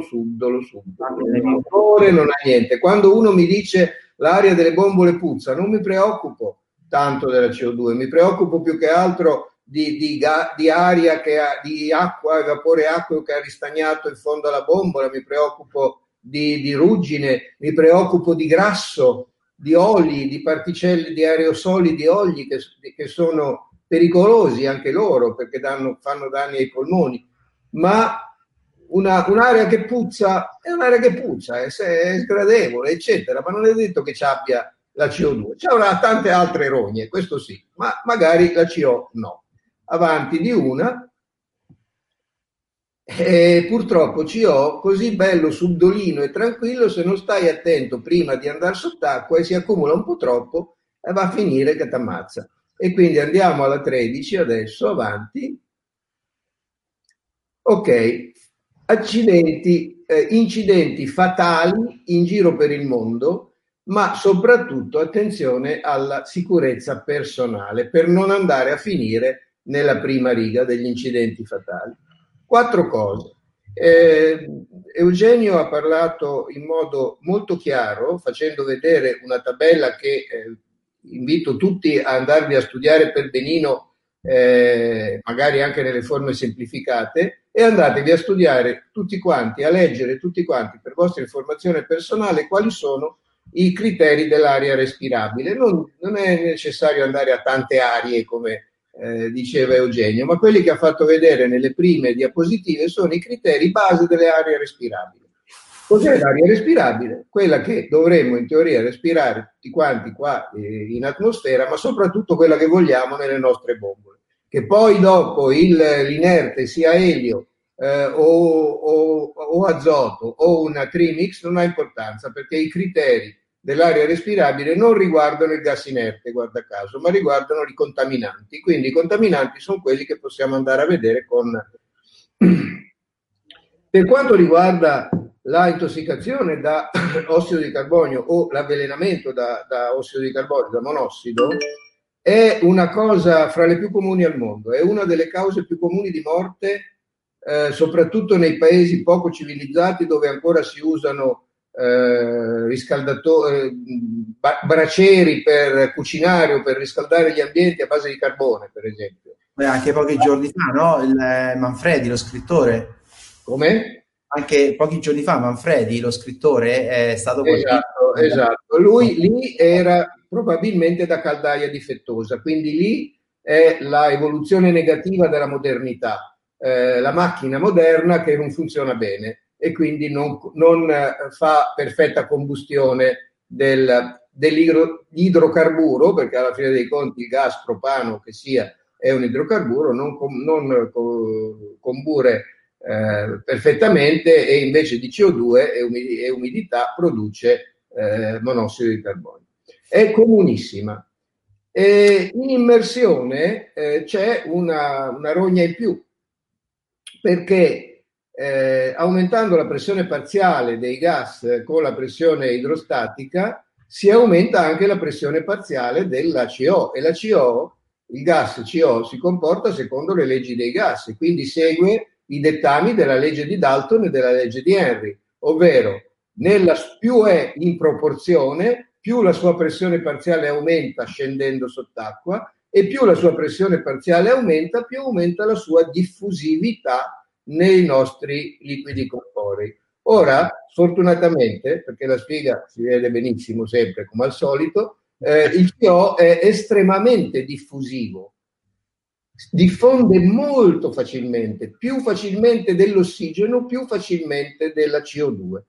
Non ha niente. Quando uno mi dice l'aria delle bombole puzza, non mi preoccupo tanto della CO2, mi preoccupo più che altro di aria, di acqua, vapore acqueo che ha ristagnato in fondo alla bombola, mi preoccupo di ruggine, mi preoccupo di grasso, di oli, di particelle, di aerosoli di oli che sono pericolosi anche loro perché fanno danni ai polmoni, ma un'area che puzza è un'area che puzza, è sgradevole, eccetera, ma non è detto che ci abbia la CO2, ci avrà tante altre rogne, questo sì, ma magari la CO no. Avanti di una. E purtroppo CO così bello, subdolino e tranquillo, se non stai attento prima di andare sott'acqua e si accumula un po' troppo e va a finire che ti ammazza. E quindi andiamo alla 13 adesso, avanti. Ok, incidenti fatali in giro per il mondo, ma soprattutto attenzione alla sicurezza personale per non andare a finire nella prima riga degli incidenti fatali. 4 cose. Eugenio ha parlato in modo molto chiaro, facendo vedere una tabella che invito tutti a andarvi a studiare per benino, magari anche nelle forme semplificate, e andatevi a studiare tutti quanti, a leggere tutti quanti per vostra informazione personale quali sono i criteri dell'aria respirabile. Non è necessario andare a tante arie come diceva Eugenio, ma quelli che ha fatto vedere nelle prime diapositive sono i criteri base delle aree respirabili. Cos'è l'aria respirabile? Quella che dovremmo in teoria respirare tutti quanti qua in atmosfera, ma soprattutto quella che vogliamo nelle nostre bombole. Che poi dopo l'inerte sia elio o azoto o una trimix non ha importanza, perché i criteri dell'aria respirabile non riguardano il gas inerte, guarda caso, ma riguardano i contaminanti. Quindi i contaminanti sono quelli che possiamo andare a vedere con... Per quanto riguarda la intossicazione da ossido di carbonio o l'avvelenamento da ossido di carbonio, da monossido, è una cosa fra le più comuni al mondo, è una delle cause più comuni di morte, soprattutto nei paesi poco civilizzati dove ancora si usano bracieri per cucinare o per riscaldare gli ambienti a base di carbone, per esempio. Anche pochi giorni fa, no? Il Manfredi, lo scrittore. Come? Anche pochi giorni fa Manfredi, lo scrittore, è stato esatto. Lui lì era probabilmente da caldaia difettosa, quindi lì è la evoluzione negativa della modernità, la macchina moderna che non funziona bene e quindi non fa perfetta combustione dell'idrocarburo, perché alla fine dei conti il gas propano che sia è un idrocarburo, non combure perfettamente, e invece di CO2 e umidità produce monossido di carbonio. È comunissima. In immersione c'è una rogna in più, perché aumentando la pressione parziale dei gas con la pressione idrostatica si aumenta anche la pressione parziale della CO, e la CO, il gas CO, si comporta secondo le leggi dei gas e quindi segue i dettami della legge di Dalton e della legge di Henry, ovvero più è in proporzione, più la sua pressione parziale aumenta scendendo sott'acqua e più la sua pressione parziale aumenta, più aumenta la sua diffusività nei nostri liquidi corporei. Ora, sfortunatamente, perché la spiga si vede benissimo sempre come al solito, il CO è estremamente diffusivo, diffonde molto facilmente, più facilmente dell'ossigeno, più facilmente della CO2.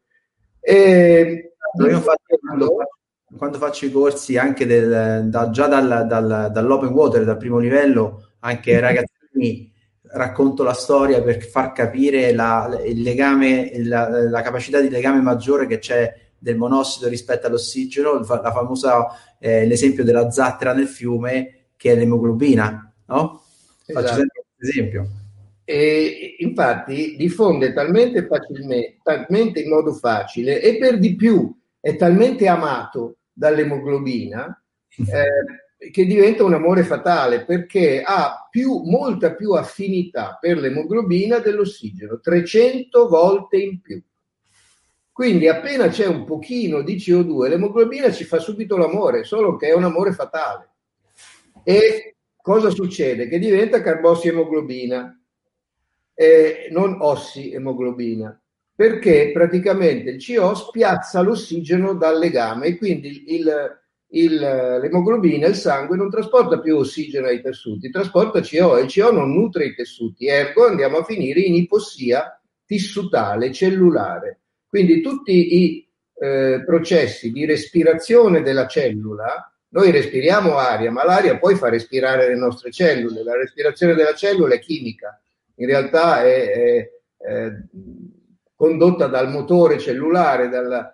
Io quando faccio i corsi anche già dall'open water, dal primo livello, anche ai ragazzini racconto la storia per far capire il legame, la capacità di legame maggiore che c'è del monossido rispetto all'ossigeno, la famosa l'esempio della zattera nel fiume che è l'emoglobina, no? Esatto. Faccio sempre questo esempio. E infatti diffonde talmente facilmente, talmente in modo facile, e per di più è talmente amato dall'emoglobina che diventa un amore fatale, perché ha molta più affinità per l'emoglobina dell'ossigeno, 300 volte in più. Quindi appena c'è un pochino di CO2, l'emoglobina ci fa subito l'amore, solo che è un amore fatale. E cosa succede? Che diventa carbossiemoglobina, non ossiemoglobina, perché praticamente il CO spiazza l'ossigeno dal legame e quindi l'emoglobina, il sangue, non trasporta più ossigeno ai tessuti, trasporta CO e il CO non nutre i tessuti, ergo andiamo a finire in ipossia tissutale, cellulare. Quindi tutti i processi di respirazione della cellula, noi respiriamo aria, ma l'aria poi fa respirare le nostre cellule, la respirazione della cellula è chimica, in realtà è condotta dal motore cellulare,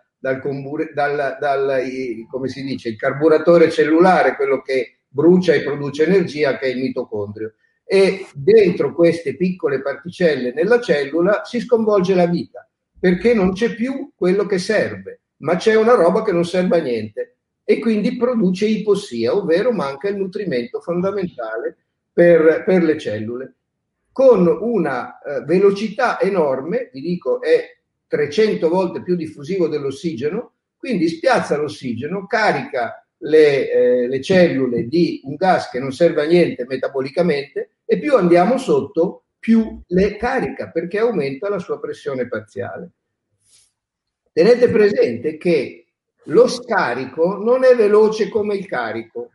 come si dice, il carburatore cellulare, quello che brucia e produce energia, che è il mitocondrio. E dentro queste piccole particelle nella cellula si sconvolge la vita, perché non c'è più quello che serve, ma c'è una roba che non serve a niente e quindi produce ipossia, ovvero manca il nutrimento fondamentale per le cellule, con una velocità enorme, vi dico è 300 volte più diffusivo dell'ossigeno, quindi spiazza l'ossigeno, carica le cellule di un gas che non serve a niente metabolicamente, e più andiamo sotto, più le carica, perché aumenta la sua pressione parziale. Tenete presente che lo scarico non è veloce come il carico,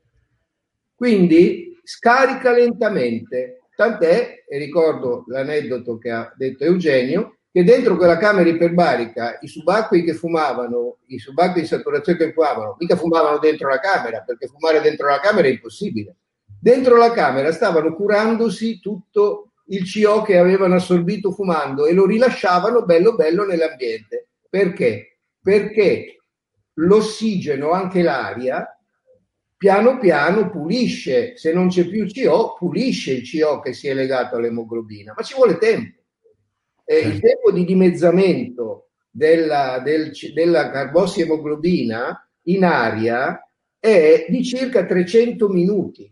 quindi scarica lentamente, tant'è, e ricordo l'aneddoto che ha detto Eugenio, che dentro quella camera iperbarica i subacquei che fumavano, i subacquei di saturazione che fumavano, mica fumavano dentro la camera, perché fumare dentro la camera è impossibile. Dentro la camera stavano curandosi tutto il CO che avevano assorbito fumando e lo rilasciavano bello bello nell'ambiente. Perché? Perché l'ossigeno, anche l'aria, piano piano pulisce, se non c'è più CO, pulisce il CO che si è legato all'emoglobina, ma ci vuole tempo. Il tempo di dimezzamento della carbossiemoglobina in aria è di circa 300 minuti.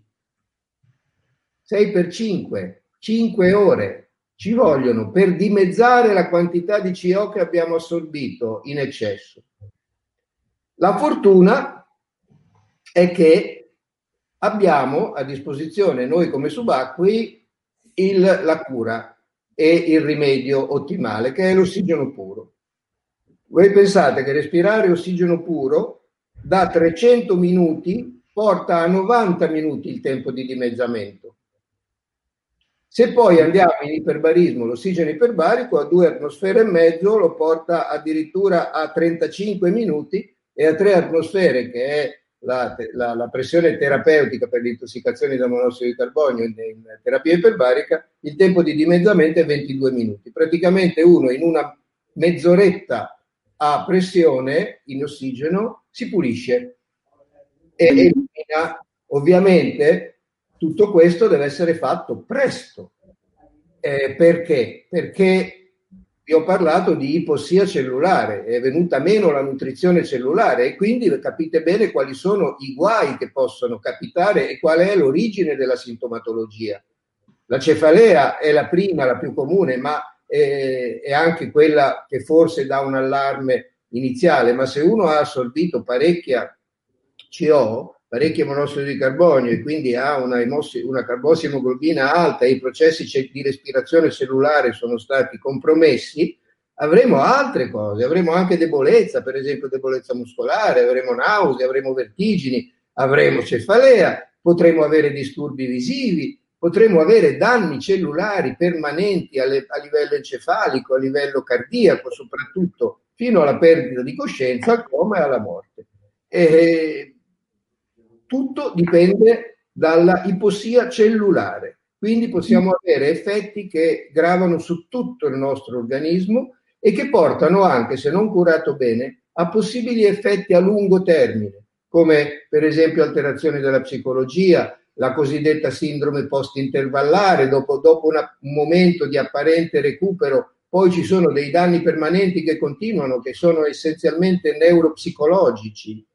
6 per 5, 5 ore ci vogliono per dimezzare la quantità di CO che abbiamo assorbito in eccesso. La fortuna è che abbiamo a disposizione noi come subacquei la cura e il rimedio ottimale, che è l'ossigeno puro. Voi pensate che respirare ossigeno puro da 300 minuti porta a 90 minuti il tempo di dimezzamento. Se poi andiamo in iperbarismo, l'ossigeno iperbarico a 2 atmosfere e mezzo lo porta addirittura a 35 minuti, e a 3 atmosfere, che è la pressione terapeutica per l'intossicazione da monossido di carbonio in terapia iperbarica, il tempo di dimezzamento è 22 minuti. Praticamente uno in una mezz'oretta a pressione in ossigeno si pulisce e elimina. Ovviamente tutto questo deve essere fatto presto. Perché? Perché vi ho parlato di ipossia cellulare, è venuta meno la nutrizione cellulare e quindi capite bene quali sono i guai che possono capitare e qual è l'origine della sintomatologia. La cefalea è la prima, la più comune, ma è anche quella che forse dà un allarme iniziale, ma se uno ha assorbito parecchia CO, parecchio monossido di carbonio e quindi ha una carbossiemoglobina alta e i processi di respirazione cellulare sono stati compromessi, avremo altre cose, avremo anche debolezza, per esempio debolezza muscolare, avremo nausea, avremo vertigini, avremo cefalea, potremo avere disturbi visivi, potremo avere danni cellulari permanenti a livello encefalico, a livello cardiaco soprattutto, fino alla perdita di coscienza, al coma e alla morte. Tutto dipende dalla ipossia cellulare, quindi possiamo avere effetti che gravano su tutto il nostro organismo e che portano anche, se non curato bene, a possibili effetti a lungo termine, come per esempio alterazioni della psicologia, la cosiddetta sindrome post-intervallare, dopo un momento di apparente recupero, poi ci sono dei danni permanenti che continuano, che sono essenzialmente neuropsicologici.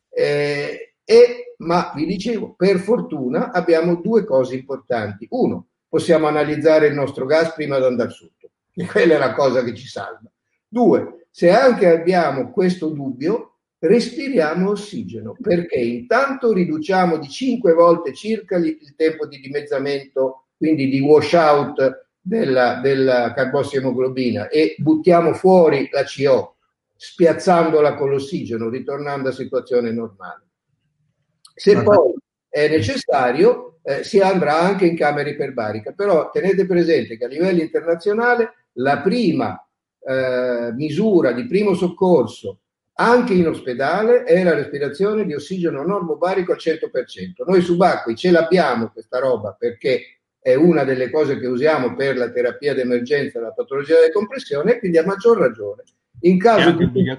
Ma vi dicevo, per fortuna abbiamo due cose importanti. Uno, possiamo analizzare il nostro gas prima di andare sotto, e quella è la cosa che ci salva. Due, se anche abbiamo questo dubbio, respiriamo ossigeno, perché intanto riduciamo di 5 volte circa il tempo di dimezzamento, quindi di washout della carbossiemoglobina, e buttiamo fuori la CO, spiazzandola con l'ossigeno, ritornando a situazione normale. Se poi è necessario, si andrà anche in camera iperbarica, però tenete presente che a livello internazionale la prima misura di primo soccorso anche in ospedale è la respirazione di ossigeno normobarico al 100%. Noi subacquei ce l'abbiamo questa roba perché è una delle cose che usiamo per la terapia d'emergenza della patologia della decompressione, e quindi a maggior ragione in caso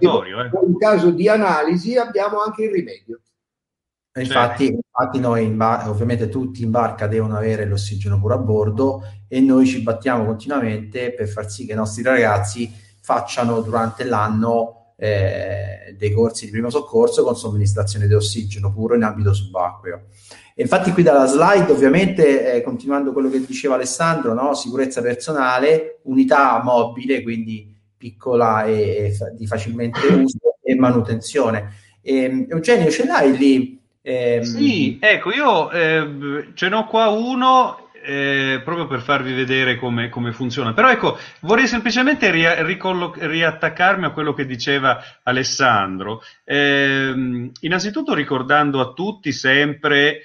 di analisi abbiamo anche il rimedio. Infatti noi ovviamente tutti in barca devono avere l'ossigeno pure a bordo, e noi ci battiamo continuamente per far sì che i nostri ragazzi facciano durante l'anno dei corsi di primo soccorso con somministrazione di ossigeno puro in ambito subacqueo. E infatti qui dalla slide, ovviamente, continuando quello che diceva Alessandro, no? Sicurezza personale, unità mobile, quindi piccola e di facilmente uso, e manutenzione. Eugenio, ce l'hai lì? Sì, ecco, io ce n'ho qua uno proprio per farvi vedere come funziona. Però ecco, vorrei semplicemente riattaccarmi a quello che diceva Alessandro. Innanzitutto ricordando a tutti sempre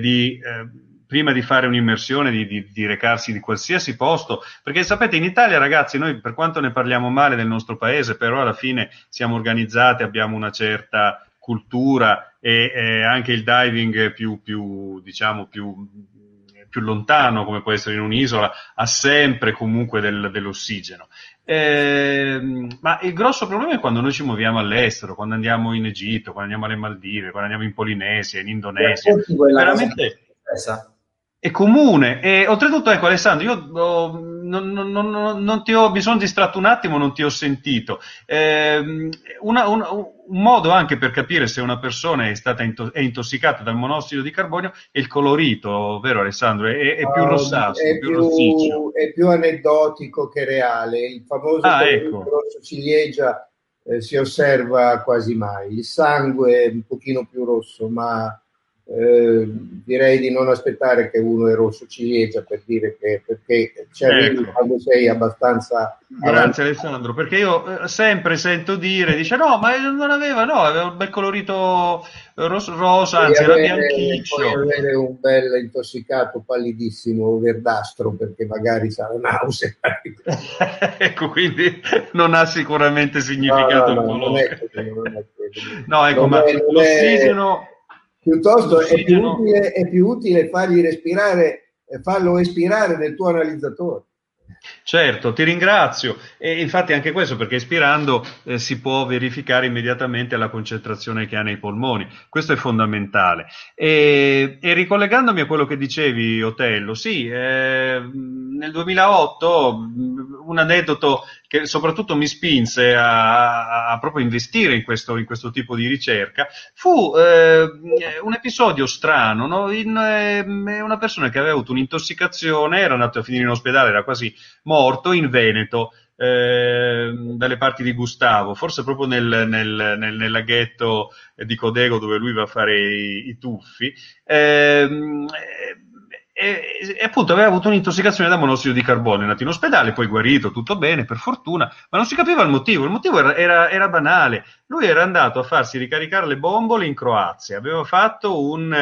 prima di fare un'immersione, di recarsi di qualsiasi posto, perché sapete, in Italia, ragazzi, noi per quanto ne parliamo male del nostro paese, però alla fine siamo organizzati, abbiamo una certa cultura, e anche il diving più lontano, come può essere in un'isola, ha sempre comunque dell'ossigeno. Ma il grosso problema è quando noi ci muoviamo all'estero, quando andiamo in Egitto, quando andiamo alle Maldive, quando andiamo in Polinesia, in Indonesia. Veramente è comune. E oltretutto, ecco, Alessandro, io non ti ho, mi sono distratto un attimo, non ti ho sentito. Un modo anche per capire se una persona è intossicata dal monossido di carbonio è il colorito, vero Alessandro? È più rossastro, più rossiccio. È più aneddotico che reale. Il famoso colorito rosso ciliegia si osserva quasi mai. Il sangue è un pochino più rosso, ma direi di non aspettare che uno è rosso ciliegia per dire che, perché ci arrivi quando sei abbastanza grazie Alessandro, perché io sempre sento dice no, ma non aveva un bel colorito rosa, anzi era bianchiccio. Puoi avere un bel intossicato pallidissimo verdastro, perché magari sarà nausea. Ecco, quindi non ha sicuramente significato il colore. No, ecco, ma l'ossigeno piuttosto è più utile fargli respirare, farlo espirare nel tuo analizzatore. Certo, ti ringrazio. E infatti anche questo, perché espirando si può verificare immediatamente la concentrazione che ha nei polmoni. Questo è fondamentale. E ricollegandomi a quello che dicevi, Otello, sì, nel 2008 un aneddoto che soprattutto mi spinse a proprio investire in questo tipo di ricerca fu un episodio strano, no? Una persona che aveva avuto un'intossicazione, era andato a finire in ospedale, era quasi morto, in Veneto, dalle parti di Gustavo, forse proprio nel laghetto di Codego dove lui va a fare i tuffi. E appunto aveva avuto un'intossicazione da monossido di carbonio, è andato in ospedale, poi guarito, tutto bene, per fortuna, ma non si capiva il motivo. Il motivo era banale. Lui era andato a farsi ricaricare le bombole in Croazia, aveva fatto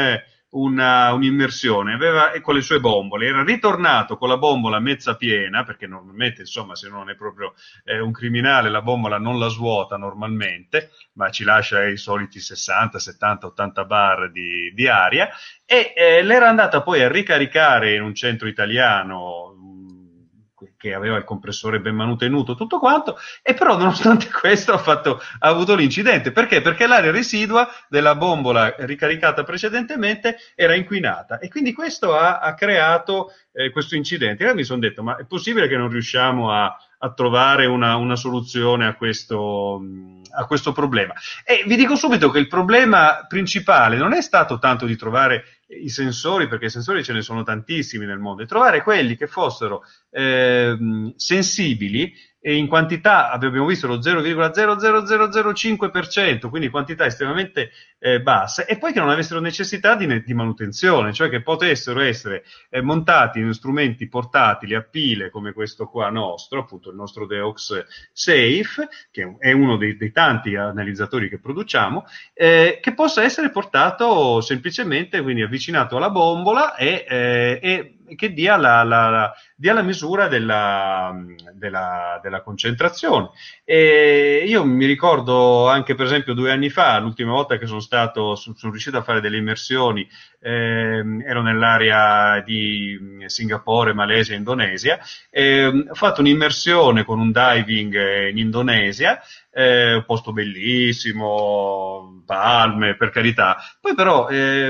un'immersione con le sue bombole, era ritornato con la bombola mezza piena, perché normalmente, insomma, se non è proprio un criminale, la bombola non la svuota normalmente, ma ci lascia i soliti 60, 70, 80 bar di aria, e l'era andata poi a ricaricare in un centro italiano che aveva il compressore ben manutenuto, tutto quanto, e però nonostante questo ha avuto l'incidente. Perché? Perché l'aria residua della bombola ricaricata precedentemente era inquinata, e quindi questo ha creato questo incidente. Io mi sono detto, ma è possibile che non riusciamo a trovare una soluzione a questo problema? E vi dico subito che il problema principale non è stato tanto di trovare i sensori, perché i sensori ce ne sono tantissimi nel mondo, e trovare quelli che fossero sensibili, e in quantità abbiamo visto lo 0,00005%, quindi quantità estremamente basse, e poi che non avessero necessità di manutenzione, cioè che potessero essere montati in strumenti portatili a pile come questo qua nostro, appunto il nostro Deox Safe, che è uno dei tanti analizzatori che produciamo, che possa essere portato semplicemente, quindi avvicinato alla bombola, e che dia la misura della concentrazione. E io mi ricordo anche, per esempio, 2 anni fa, l'ultima volta che sono riuscito a fare delle immersioni, ero nell'area di Singapore, Malesia, Indonesia, ho fatto un'immersione con un diving in Indonesia, un posto bellissimo, palme, per carità. Poi però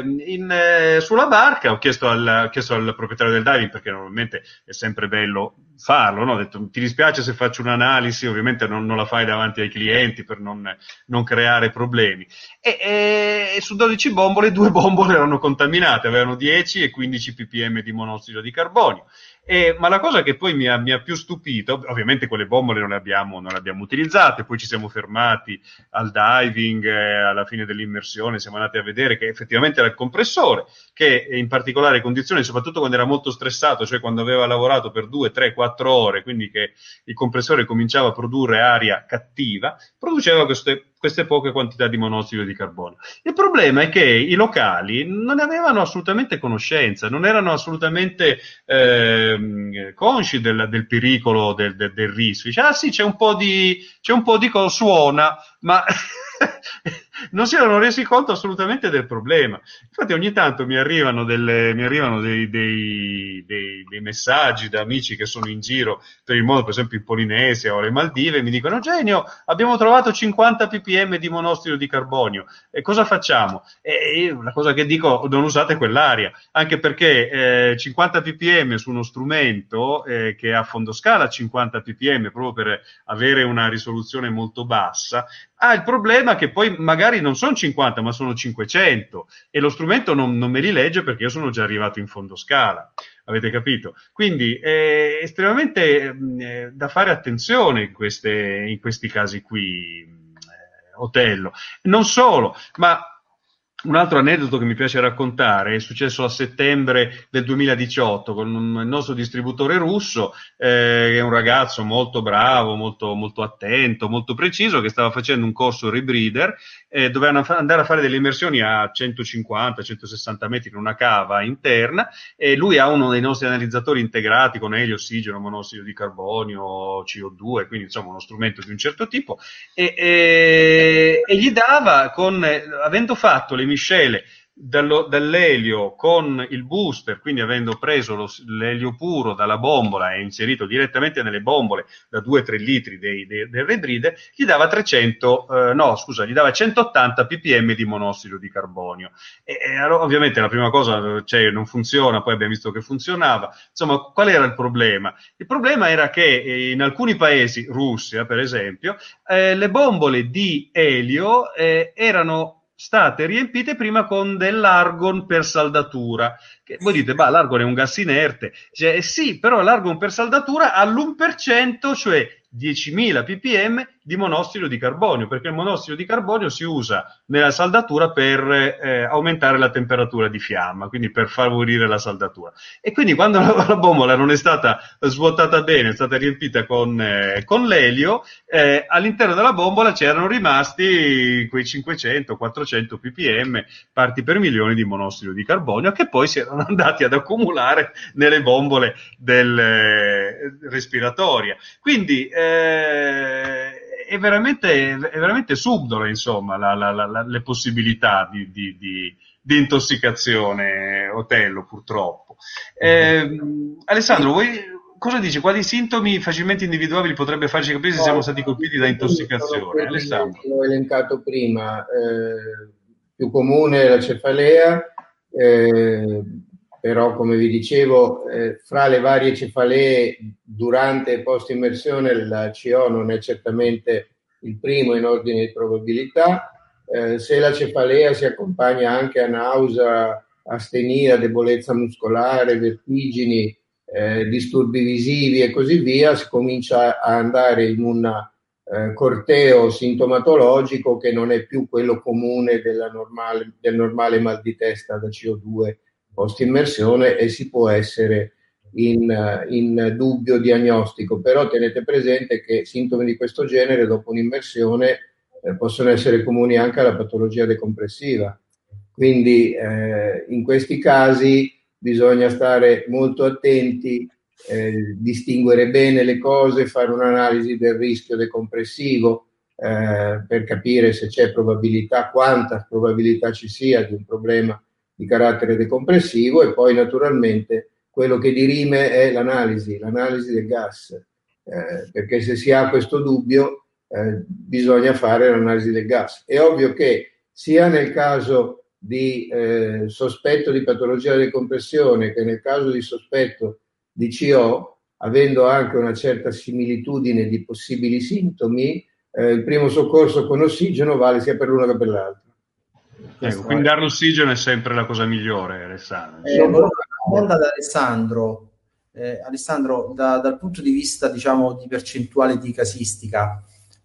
sulla barca ho chiesto al proprietario del diving, perché normalmente è sempre bello farlo, no? Ho detto, ti dispiace se faccio un'analisi? Ovviamente non la fai davanti ai clienti per non creare problemi. E su 12 bombole, 2 bombole erano contaminate, avevano 10 e 15 ppm di monossido di carbonio. Ma la cosa che poi mi ha più stupito, ovviamente quelle bombole non le abbiamo utilizzate, poi ci siamo fermati al diving, alla fine dell'immersione siamo andati a vedere che effettivamente era il compressore, che in particolari condizioni, soprattutto quando era molto stressato, cioè quando aveva lavorato per 2, 3, 4 ore, quindi che il compressore cominciava a produrre aria cattiva, produceva queste poche quantità di monossido di carbonio. Il problema è che i locali non ne avevano assolutamente conoscenza, non erano assolutamente consci del pericolo, del rischio. Dice, sì, c'è un po' di cosa suona, ma non si erano resi conto assolutamente del problema. Infatti ogni tanto mi arrivano dei messaggi da amici che sono in giro per il mondo, per esempio in Polinesia o le Maldive, e mi dicono: Eugenio, abbiamo trovato 50 ppm di monossido di carbonio, e cosa facciamo? E io, la cosa che dico, non usate quell'aria, anche perché 50 ppm su uno strumento che ha fondoscala 50 ppm, proprio per avere una risoluzione molto bassa, ha il problema che poi magari non sono 50 ma sono 500, e lo strumento non me li legge perché io sono già arrivato in fondoscala. Avete capito? Quindi è estremamente da fare attenzione in questi casi qui, Otello. Non solo, ma un altro aneddoto che mi piace raccontare è successo a settembre del 2018 con il nostro distributore russo, che è un ragazzo molto bravo, molto, molto attento, molto preciso, che stava facendo un corso rebreather, dovevano andare a fare delle immersioni a 150-160 metri in una cava interna, e lui ha uno dei nostri analizzatori integrati con elio, ossigeno, monossido di carbonio, CO2, quindi insomma uno strumento di un certo tipo, e gli dava, avendo fatto le miscele dall'elio con il booster, quindi avendo preso l'elio puro dalla bombola e inserito direttamente nelle bombole da 2-3 litri del rebreather, gli dava 180 ppm di monossido di carbonio. Allora, ovviamente la prima cosa, non funziona, poi abbiamo visto che funzionava. Insomma, qual era il problema? Il problema era che in alcuni paesi, Russia per esempio, le bombole di elio erano state riempite prima con dell'argon per saldatura. Che voi dite, l'argon è un gas inerte. Sì, però l'argon per saldatura all'1%, cioè 10.000 ppm di monossido di carbonio, perché il monossido di carbonio si usa nella saldatura per aumentare la temperatura di fiamma, quindi per favorire la saldatura. E quindi quando la bombola non è stata svuotata bene, è stata riempita con l'elio, all'interno della bombola c'erano rimasti quei 500-400 ppm, parti per milione di monossido di carbonio, che poi si erano andati ad accumulare nelle bombole respiratorie. Quindi è veramente subdole, insomma, le possibilità di intossicazione, Otello, purtroppo. Alessandro, cosa dici? Quali sintomi facilmente individuabili potrebbe farci capire se siamo stati colpiti da intossicazione? Alessandro. L'ho elencato prima, più comune è la cefalea, però come vi dicevo, fra le varie cefalee durante e post immersione la CO non è certamente il primo in ordine di probabilità. Se la cefalea si accompagna anche a nausea, astenia, debolezza muscolare, vertigini, disturbi visivi e così via, si comincia a andare in un corteo sintomatologico che non è più quello comune del normale mal di testa da CO2 post immersione, e si può essere in dubbio diagnostico. Però tenete presente che sintomi di questo genere dopo un'immersione possono essere comuni anche alla patologia decompressiva. Quindi in questi casi bisogna stare molto attenti, distinguere bene le cose, fare un'analisi del rischio decompressivo per capire se c'è probabilità, quanta probabilità ci sia di un problema di carattere decompressivo, e poi naturalmente quello che dirime è l'analisi del gas, perché se si ha questo dubbio bisogna fare l'analisi del gas. È ovvio che sia nel caso di sospetto di patologia della decompressione che nel caso di sospetto di CO, avendo anche una certa similitudine di possibili sintomi, il primo soccorso con ossigeno vale sia per l'uno che per l'altro. Ecco, quindi dare l'ossigeno è sempre la cosa migliore, Alessandro. Una domanda ad Alessandro. Alessandro, dal punto di vista, diciamo, di percentuale di casistica,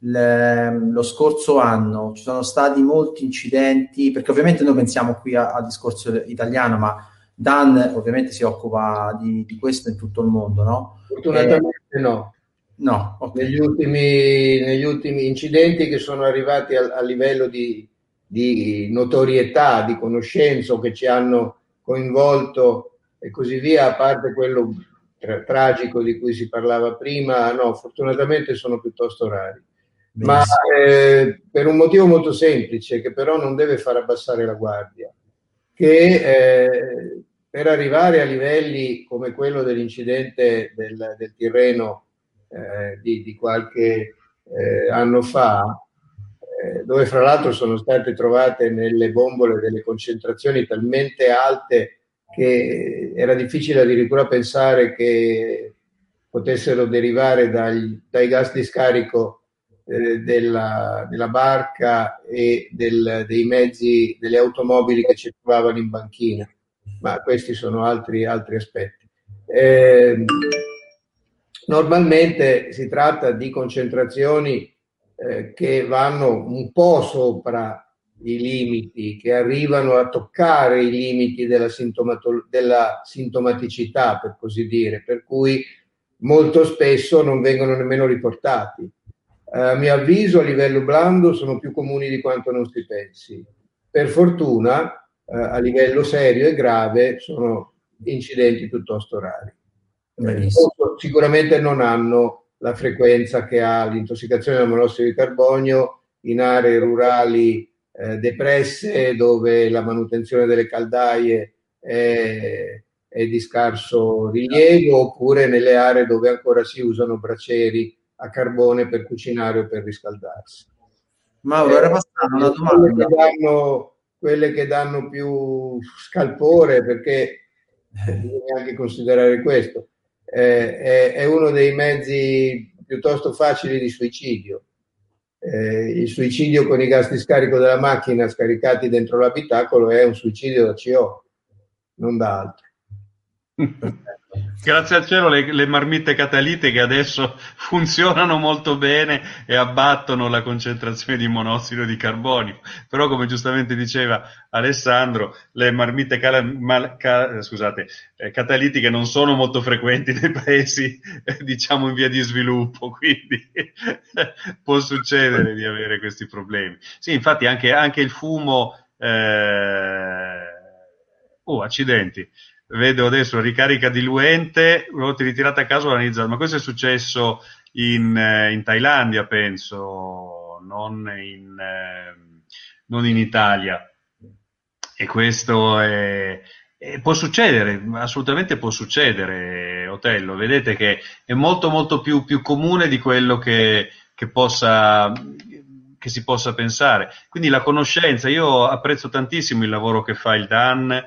lo scorso anno ci sono stati molti incidenti, perché ovviamente noi pensiamo qui al discorso italiano, ma Dan ovviamente si occupa di questo in tutto il mondo, no? Fortunatamente no. No, okay. Negli ultimi incidenti che sono arrivati a livello di notorietà, di conoscenza, che ci hanno coinvolto e così via, a parte quello tragico di cui si parlava prima, no, fortunatamente sono piuttosto rari. Ma per un motivo molto semplice, che però non deve far abbassare la guardia, che per arrivare a livelli come quello dell'incidente del Tirreno di qualche anno fa, dove fra l'altro sono state trovate nelle bombole delle concentrazioni talmente alte che era difficile addirittura pensare che potessero derivare dai gas di scarico della barca e dei mezzi, delle automobili che ci trovavano in banchina, ma questi sono altri aspetti. Normalmente si tratta di concentrazioni che vanno un po' sopra i limiti, che arrivano a toccare i limiti della sintomaticità, per così dire, per cui molto spesso non vengono nemmeno riportati. A mio avviso, a livello blando sono più comuni di quanto non si pensi. Per fortuna, a livello serio e grave, sono incidenti piuttosto rari. Sicuramente non hanno la frequenza che ha l'intossicazione da monossido di carbonio in aree rurali depresse, dove la manutenzione delle caldaie è di scarso rilievo, oppure nelle aree dove ancora si usano bracieri a carbone per cucinare o per riscaldarsi. Mauro, era passata una domanda. Quelle che danno più scalpore, perché bisogna anche considerare questo, è uno dei mezzi piuttosto facili di suicidio. Il suicidio con i gas di scarico della macchina scaricati dentro l'abitacolo è un suicidio da CO, non da altro. Grazie al cielo le marmitte catalitiche adesso funzionano molto bene e abbattono la concentrazione di monossido di carbonio, però come giustamente diceva Alessandro, le marmitte catalitiche non sono molto frequenti nei paesi diciamo in via di sviluppo, quindi può succedere di avere questi problemi. Sì, infatti anche il fumo... accidenti. Vedo adesso ricarica diluente, ruote ritirate a caso organizzate, ma questo è successo in Thailandia, penso, non in Italia. E questo può succedere, assolutamente può succedere, Otello. Vedete che è molto molto più comune di quello che si possa pensare. Quindi la conoscenza, io apprezzo tantissimo il lavoro che fa il Dan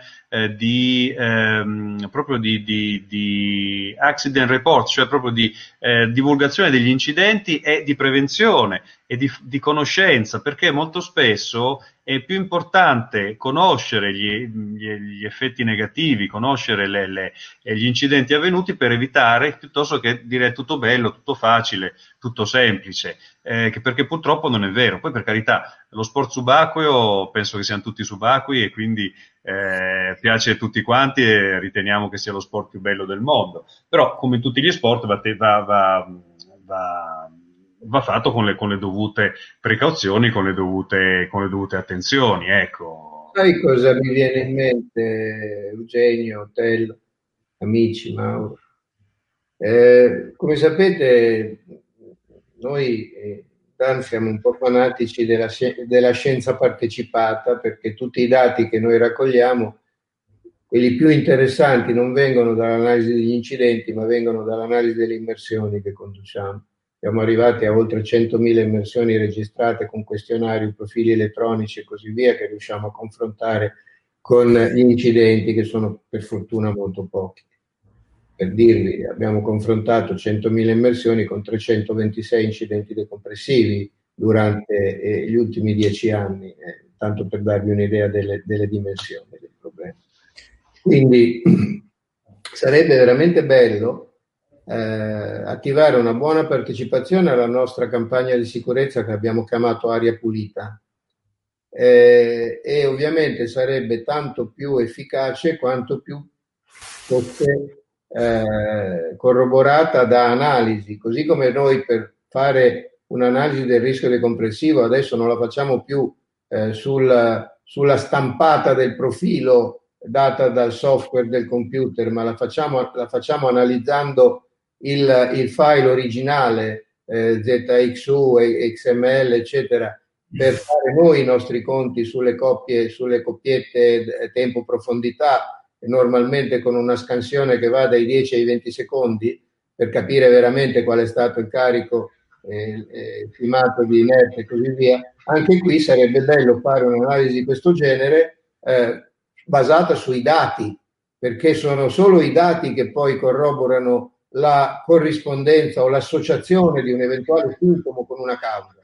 proprio di accident report, cioè proprio di divulgazione degli incidenti e di prevenzione e di conoscenza, perché molto spesso è più importante conoscere gli effetti negativi, conoscere gli incidenti avvenuti per evitare, piuttosto che dire tutto bello, tutto facile, tutto semplice, perché purtroppo non è vero. Poi, per carità, lo sport subacqueo penso che siano tutti subacquei e quindi piace a tutti quanti e riteniamo che sia lo sport più bello del mondo, però come tutti gli sport va fatto con le dovute precauzioni, con le dovute attenzioni, ecco. Sai cosa mi viene in mente, Eugenio, Tello, amici, Mauro? Come sapete, noi siamo un po' fanatici della scienza partecipata, perché tutti i dati che noi raccogliamo, quelli più interessanti, non vengono dall'analisi degli incidenti, ma vengono dall'analisi delle immersioni che conduciamo. Siamo arrivati a oltre 100.000 immersioni registrate con questionari, profili elettronici e così via, che riusciamo a confrontare con gli incidenti, che sono per fortuna molto pochi. Per dirvi, abbiamo confrontato 100.000 immersioni con 326 incidenti decompressivi durante gli ultimi 10 anni, tanto per darvi un'idea delle dimensioni del problema. Quindi sarebbe veramente bello attivare una buona partecipazione alla nostra campagna di sicurezza che abbiamo chiamato Aria Pulita, e ovviamente sarebbe tanto più efficace quanto più fosse corroborata da analisi, così come noi per fare un'analisi del rischio decompressivo adesso non la facciamo più sulla stampata del profilo data dal software del computer, ma la facciamo analizzando il file originale, ZXU, XML, eccetera, per fare noi i nostri conti sulle coppiette tempo-profondità, normalmente con una scansione che va dai 10 ai 20 secondi, per capire veramente qual è stato il carico filmato di inerzia e così via. Anche qui sarebbe bello fare un'analisi di questo genere basata sui dati, perché sono solo i dati che poi corroborano la corrispondenza o l'associazione di un eventuale sintomo con una causa.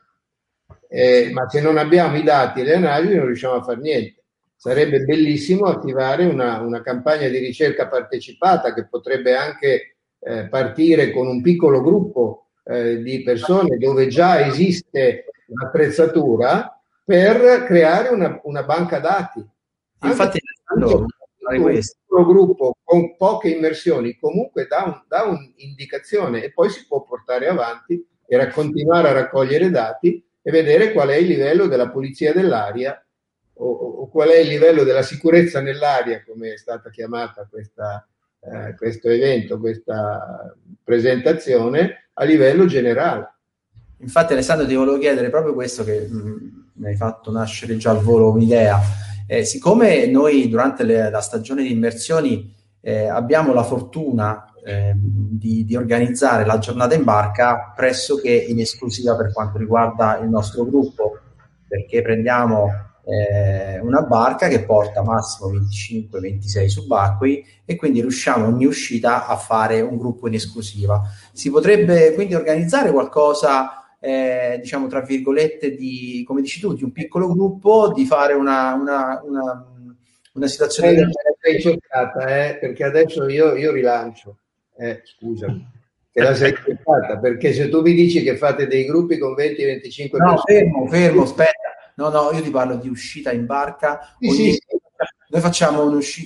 Ma se non abbiamo i dati e le analisi non riusciamo a fare niente. Sarebbe bellissimo attivare una campagna di ricerca partecipata che potrebbe anche partire con un piccolo gruppo di persone dove già esiste l'attrezzatura, per creare una banca dati. Infatti, un piccolo gruppo con poche immersioni comunque dà un'indicazione, e poi si può portare avanti e continuare a raccogliere dati e vedere qual è il livello della pulizia dell'aria o qual è il livello della sicurezza nell'aria, come è stata chiamata questo evento, questa presentazione, a livello generale. Infatti, Alessandro, ti volevo chiedere proprio questo, che mi hai fatto nascere già al volo un'idea. Siccome noi durante la stagione di immersioni abbiamo la fortuna di organizzare la giornata in barca pressoché in esclusiva per quanto riguarda il nostro gruppo, perché prendiamo una barca che porta massimo 25-26 subacquei e quindi riusciamo ogni uscita a fare un gruppo in esclusiva. Si potrebbe quindi organizzare qualcosa, diciamo tra virgolette, come dici tu, di un piccolo gruppo, di fare una una situazione me la sei cercata, perché adesso io rilancio. Scusami, te la sei cercata, perché se tu mi dici che fate dei gruppi con 20-25 No, persone... fermo, aspetta. No, io ti parlo di uscita in barca. Sì. Noi facciamo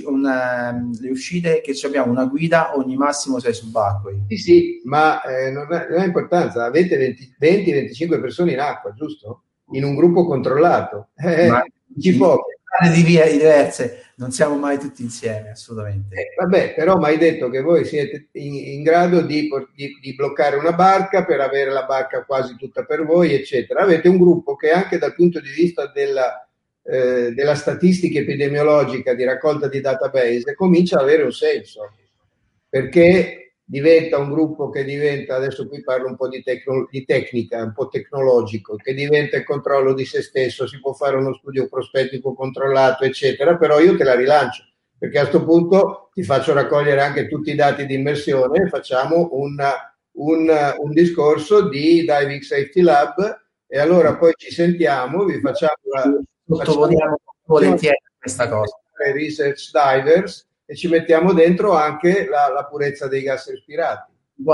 le uscite che abbiamo una guida ogni massimo 6 subacquei. Sì, ma non ha importanza. Avete 20-25 persone in acqua, giusto? In un gruppo controllato. Ma Ci può. di vie diverse, non siamo mai tutti insieme, assolutamente. Vabbè, però mi hai detto che voi siete in grado di bloccare una barca per avere la barca quasi tutta per voi, eccetera. Avete un gruppo che anche dal punto di vista della statistica epidemiologica di raccolta di database comincia ad avere un senso, perché diventa un gruppo che diventa, adesso qui parlo un po' di tecnica, un po' tecnologico, che diventa il controllo di se stesso, si può fare uno studio prospettico controllato, eccetera, però io te la rilancio, perché a questo punto ti faccio raccogliere anche tutti i dati di immersione e facciamo un discorso di Diving Safety Lab, e allora poi ci sentiamo, vi facciamo sottoponiamo volentieri questa cosa. Research Divers, e ci mettiamo dentro anche la purezza dei gas respirati.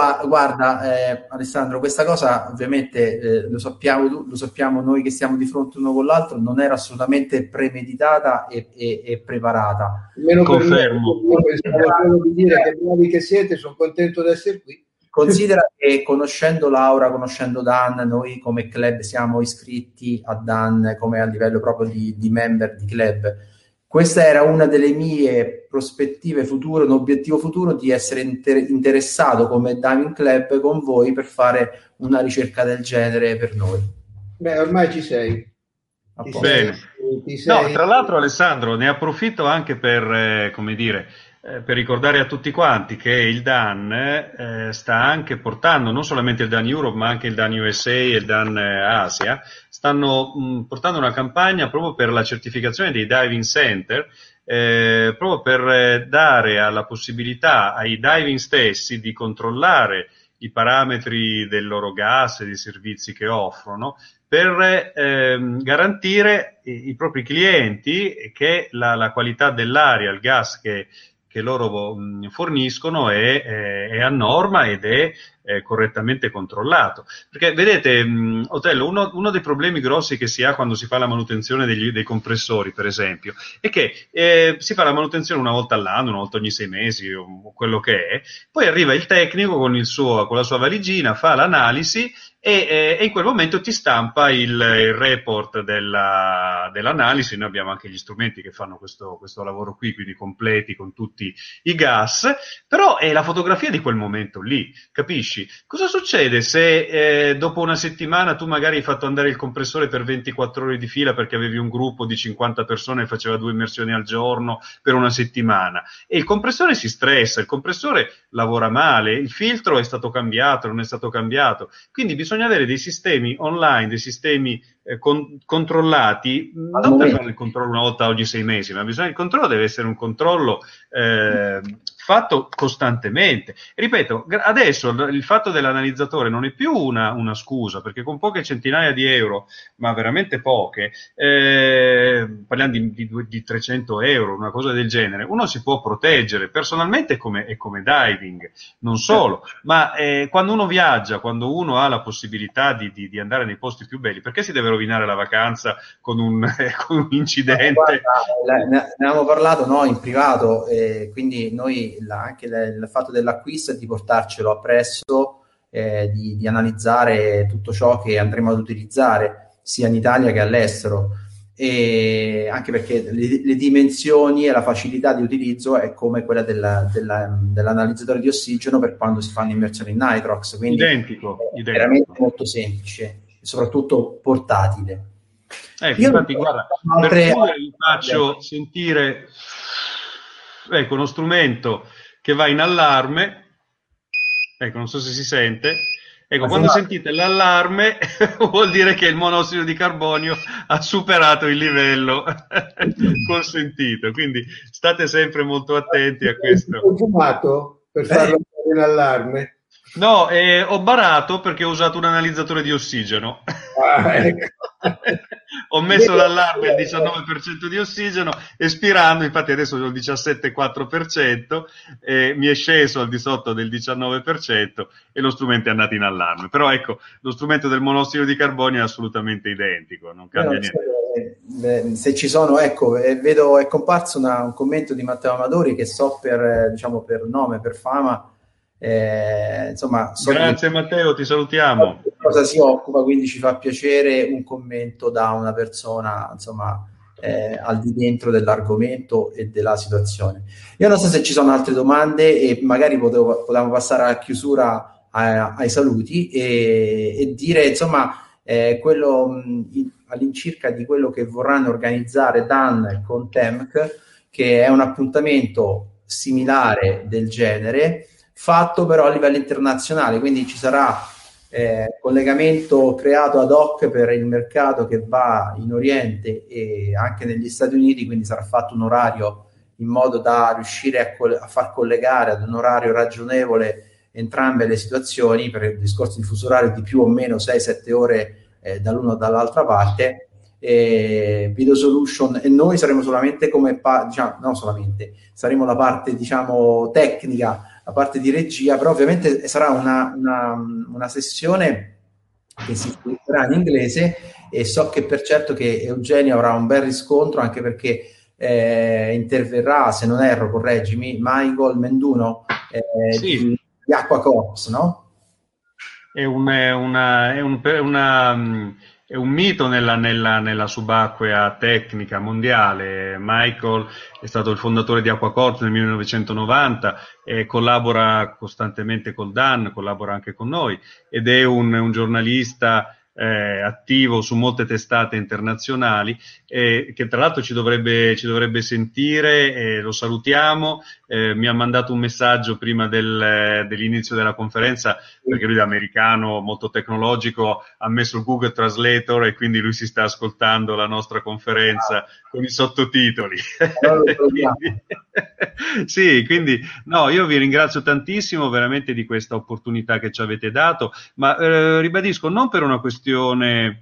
Guarda, Alessandro, questa cosa ovviamente lo sappiamo noi che stiamo di fronte uno con l'altro, non era assolutamente premeditata e preparata. Confermo. Pensavo di dire che bravi che siete, sono contento di essere qui. Considera che conoscendo Laura, conoscendo Dan, noi come club siamo iscritti a Dan come a livello proprio di member di club. Questa era una delle mie prospettive future, un obiettivo futuro di essere interessato come Diving Club con voi per fare una ricerca del genere per noi. Beh, ormai ci sei. Bene. No, tra l'altro, Alessandro, ne approfitto anche per, come dire, per ricordare a tutti quanti che il DAN sta anche portando, non solamente il DAN Europe, ma anche il DAN USA e il DAN Asia, stanno portando una campagna proprio per la certificazione dei diving center, proprio per dare alla possibilità ai diving stessi di controllare i parametri del loro gas e dei servizi che offrono, per garantire i propri clienti che la qualità dell'aria, il gas che loro forniscono è a norma ed è correttamente controllato. Perché vedete, Otello, uno dei problemi grossi che si ha quando si fa la manutenzione dei compressori, per esempio, è che si fa la manutenzione una volta all'anno, una volta ogni 6 mesi, o quello che è, poi arriva il tecnico con la sua valigina, fa l'analisi e in quel momento ti stampa il report dell'analisi. Noi abbiamo anche gli strumenti che fanno questo lavoro qui, quindi completi con tutti i gas, però è la fotografia di quel momento lì, capisci? Cosa succede se dopo una settimana tu magari hai fatto andare il compressore per 24 ore di fila perché avevi un gruppo di 50 persone e faceva 2 immersioni al giorno per una settimana, e il compressore si stressa, il compressore lavora male, il filtro è stato cambiato, non è stato cambiato, quindi bisogna avere dei sistemi online, dei sistemi controllati, non per fare il controllo una volta ogni 6 mesi, ma il controllo deve essere un controllo fatto costantemente. E ripeto, adesso il fatto dell'analizzatore non è più una scusa, perché con poche centinaia di euro, ma veramente poche, parliamo di 300 euro, una cosa del genere, uno si può proteggere. Personalmente è come diving, non solo, ma quando uno viaggia, quando uno ha la possibilità di andare nei posti più belli, perché si deve rovinare la vacanza con un incidente? Guarda, ne avevamo parlato, no, in privato, quindi noi anche il fatto dell'acquisto è di portarcelo appresso, di analizzare tutto ciò che andremo ad utilizzare sia in Italia che all'estero, e anche perché le dimensioni e la facilità di utilizzo è come quella dell'analizzatore di ossigeno per quando si fanno immersioni in nitrox, quindi identico. Veramente molto semplice e soprattutto portatile. Infatti, guarda, per cui vi faccio sentire, ecco, uno strumento che va in allarme. Ecco, non so se si sente. Ecco, quando sentite l'allarme vuol dire che il monossido di carbonio ha superato il livello consentito, quindi state sempre molto attenti a questo. Ho fumato per farlo in allarme. No, ho barato perché ho usato un analizzatore di ossigeno. Ecco. Ho messo l'allarme al 19% di ossigeno, espirando, infatti adesso ho il 17,4%, mi è sceso al di sotto del 19% e lo strumento è andato in allarme. Però ecco, lo strumento del monossido di carbonio è assolutamente identico, non cambia niente. Se ci sono, ecco, vedo è comparso un commento di Matteo Amadori che so per, diciamo, per nome, per fama, insomma, so Grazie Matteo, ti salutiamo. di cosa si occupa, quindi ci fa piacere un commento da una persona, insomma, al di dentro dell'argomento e della situazione. Io non so se ci sono altre domande e magari potevamo passare alla chiusura ai saluti e dire, insomma, quello all'incirca di quello che vorranno organizzare Dan con Temc, che è un appuntamento similare del genere, fatto però a livello internazionale, quindi ci sarà collegamento creato ad hoc per il mercato che va in Oriente e anche negli Stati Uniti, quindi sarà fatto un orario in modo da riuscire a far collegare ad un orario ragionevole entrambe le situazioni, per il discorso di fuso orario di più o meno 6-7 ore dall'una o dall'altra parte. Video Solution e noi saremo solamente come diciamo, non solamente, saremo la parte, diciamo, tecnica, la parte di regia, però ovviamente sarà una sessione che si svilupperà in inglese e so che per certo che Eugenio avrà un bel riscontro, anche perché interverrà, se non erro, correggimi, Michael Menduno sì. di Aqua Corps, no? È un mito nella subacquea tecnica mondiale. Michael è stato il fondatore di Aquacorp nel 1990 e collabora costantemente col Dan, collabora anche con noi ed è un giornalista attivo su molte testate internazionali che tra l'altro ci dovrebbe sentire, lo salutiamo. Mi ha mandato un messaggio prima dell'inizio della conferenza, perché lui è americano, molto tecnologico, ha messo il Google Translator e quindi lui si sta ascoltando la nostra conferenza con i sottotitoli. Sì, quindi no, io vi ringrazio tantissimo veramente di questa opportunità che ci avete dato, ma ribadisco, non per una questione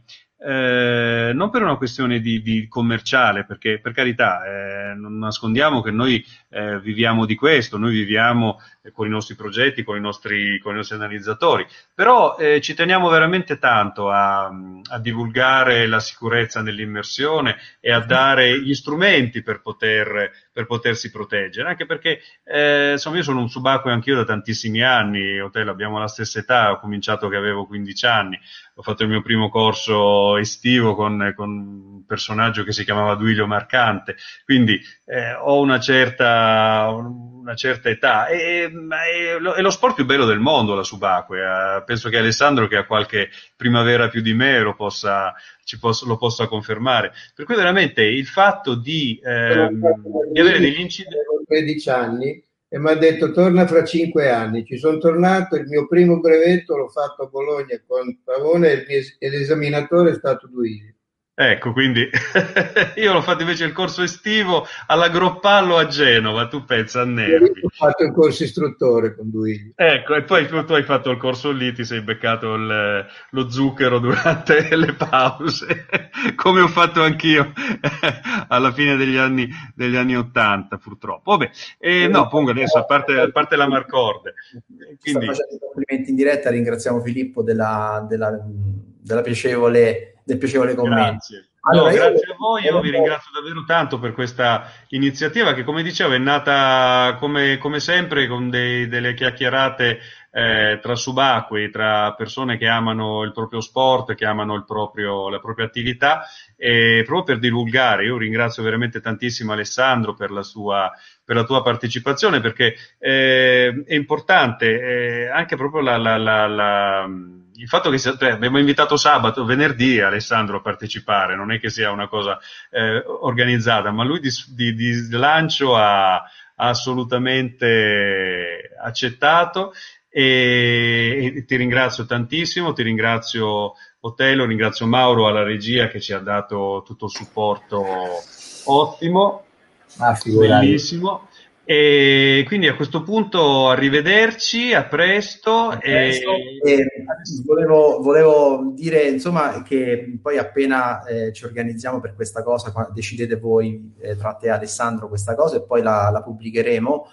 di commerciale, perché per carità non nascondiamo che noi viviamo di questo, noi viviamo con i nostri progetti, con i nostri analizzatori, però ci teniamo veramente tanto a divulgare la sicurezza nell'immersione e a dare gli strumenti per potersi proteggere, anche perché insomma io sono un subacqueo anch'io da tantissimi anni, Otello, abbiamo la stessa età, ho cominciato che avevo 15 anni, ho fatto il mio primo corso estivo con un personaggio che si chiamava Duilio Marcante, quindi ho una certa età e è lo sport più bello del mondo, la subacquea. Penso che Alessandro, che ha qualche primavera più di me, lo possa confermare. Per cui veramente il fatto di avere degli incidenti. Avevo 13 anni e mi ha detto torna fra 5 anni. Ci sono tornato, il mio primo brevetto l'ho fatto a Bologna con Pavone e l'esaminatore è stato Duilio. Ecco, quindi io l'ho fatto invece il corso estivo alla Groppallo a Genova, tu pensa a nervi. Ho fatto il corso istruttore con Duilio. Ecco, e tu hai fatto il corso lì, ti sei beccato lo zucchero durante le pause, come ho fatto anch'io alla fine degli anni 80, purtroppo. Vabbè, no, comunque adesso, a parte la Marcorde. Sta facendo i complimenti in diretta, ringraziamo Filippo del piacevole commento. Grazie. Allora, grazie a voi, io vi ringrazio davvero tanto per questa iniziativa che, come dicevo, è nata come sempre con delle chiacchierate tra subacquei, tra persone che amano il proprio sport, che amano la propria attività, e proprio per divulgare. Io ringrazio veramente tantissimo Alessandro per la tua partecipazione, perché è importante anche proprio il fatto che abbiamo invitato venerdì Alessandro a partecipare, non è che sia una cosa organizzata, ma lui di slancio ha assolutamente accettato e ti ringrazio tantissimo, ti ringrazio Otello, ringrazio Mauro alla regia che ci ha dato tutto il supporto ottimo, bellissimo. E quindi a questo punto arrivederci, a presto. Volevo dire insomma che poi appena ci organizziamo per questa cosa, decidete voi tra te e Alessandro questa cosa e poi la pubblicheremo.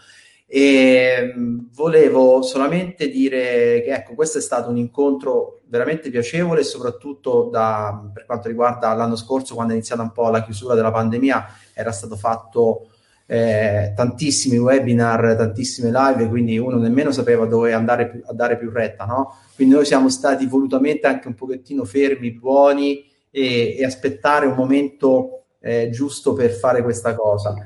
E volevo solamente dire che ecco, questo è stato un incontro veramente piacevole, soprattutto per quanto riguarda l'anno scorso, quando è iniziata un po' la chiusura della pandemia, era stato fatto tantissimi webinar, tantissime live, quindi uno nemmeno sapeva dove andare a dare più retta, no? Quindi noi siamo stati volutamente anche un pochettino fermi, buoni e aspettare un momento giusto per fare questa cosa.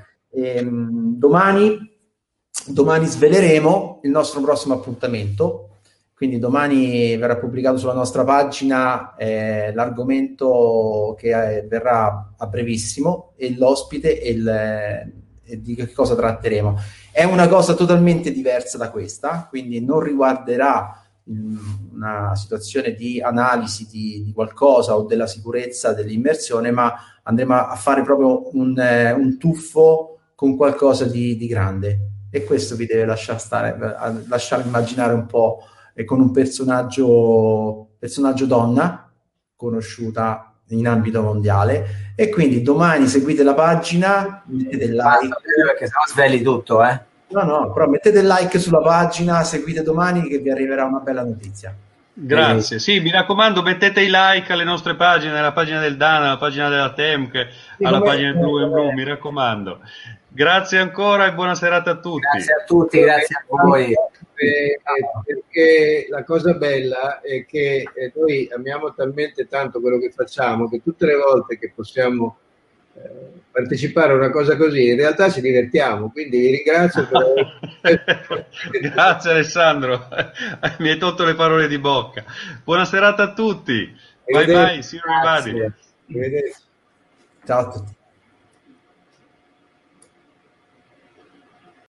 Domani sveleremo il nostro prossimo appuntamento, quindi domani verrà pubblicato sulla nostra pagina l'argomento che verrà a brevissimo e l'ospite e di che cosa tratteremo. È una cosa totalmente diversa da questa, quindi non riguarderà una situazione di analisi di qualcosa o della sicurezza dell'immersione, ma andremo a fare proprio un tuffo con qualcosa di grande, e questo vi deve lasciare immaginare un po' con un personaggio donna conosciuta in ambito mondiale. E quindi domani seguite la pagina, mettete il like, perché sennò sveli tutto, No, però mettete il like sulla pagina, seguite domani che vi arriverà una bella notizia. Grazie, sì, mi raccomando, mettete i like alle nostre pagine, alla pagina del Dana, alla pagina della Temc, alla pagina del Blue and Blue, mi raccomando. Grazie ancora e buona serata a tutti. Grazie a tutti, grazie a voi. Perché la cosa bella è che noi amiamo talmente tanto quello che facciamo che tutte le volte che possiamo partecipare a una cosa così in realtà ci divertiamo, quindi vi ringrazio Grazie Alessandro, mi hai tolto le parole di bocca. Buona serata a tutti, bye bye, see you everybody. Arrivederci. Ciao a tutti.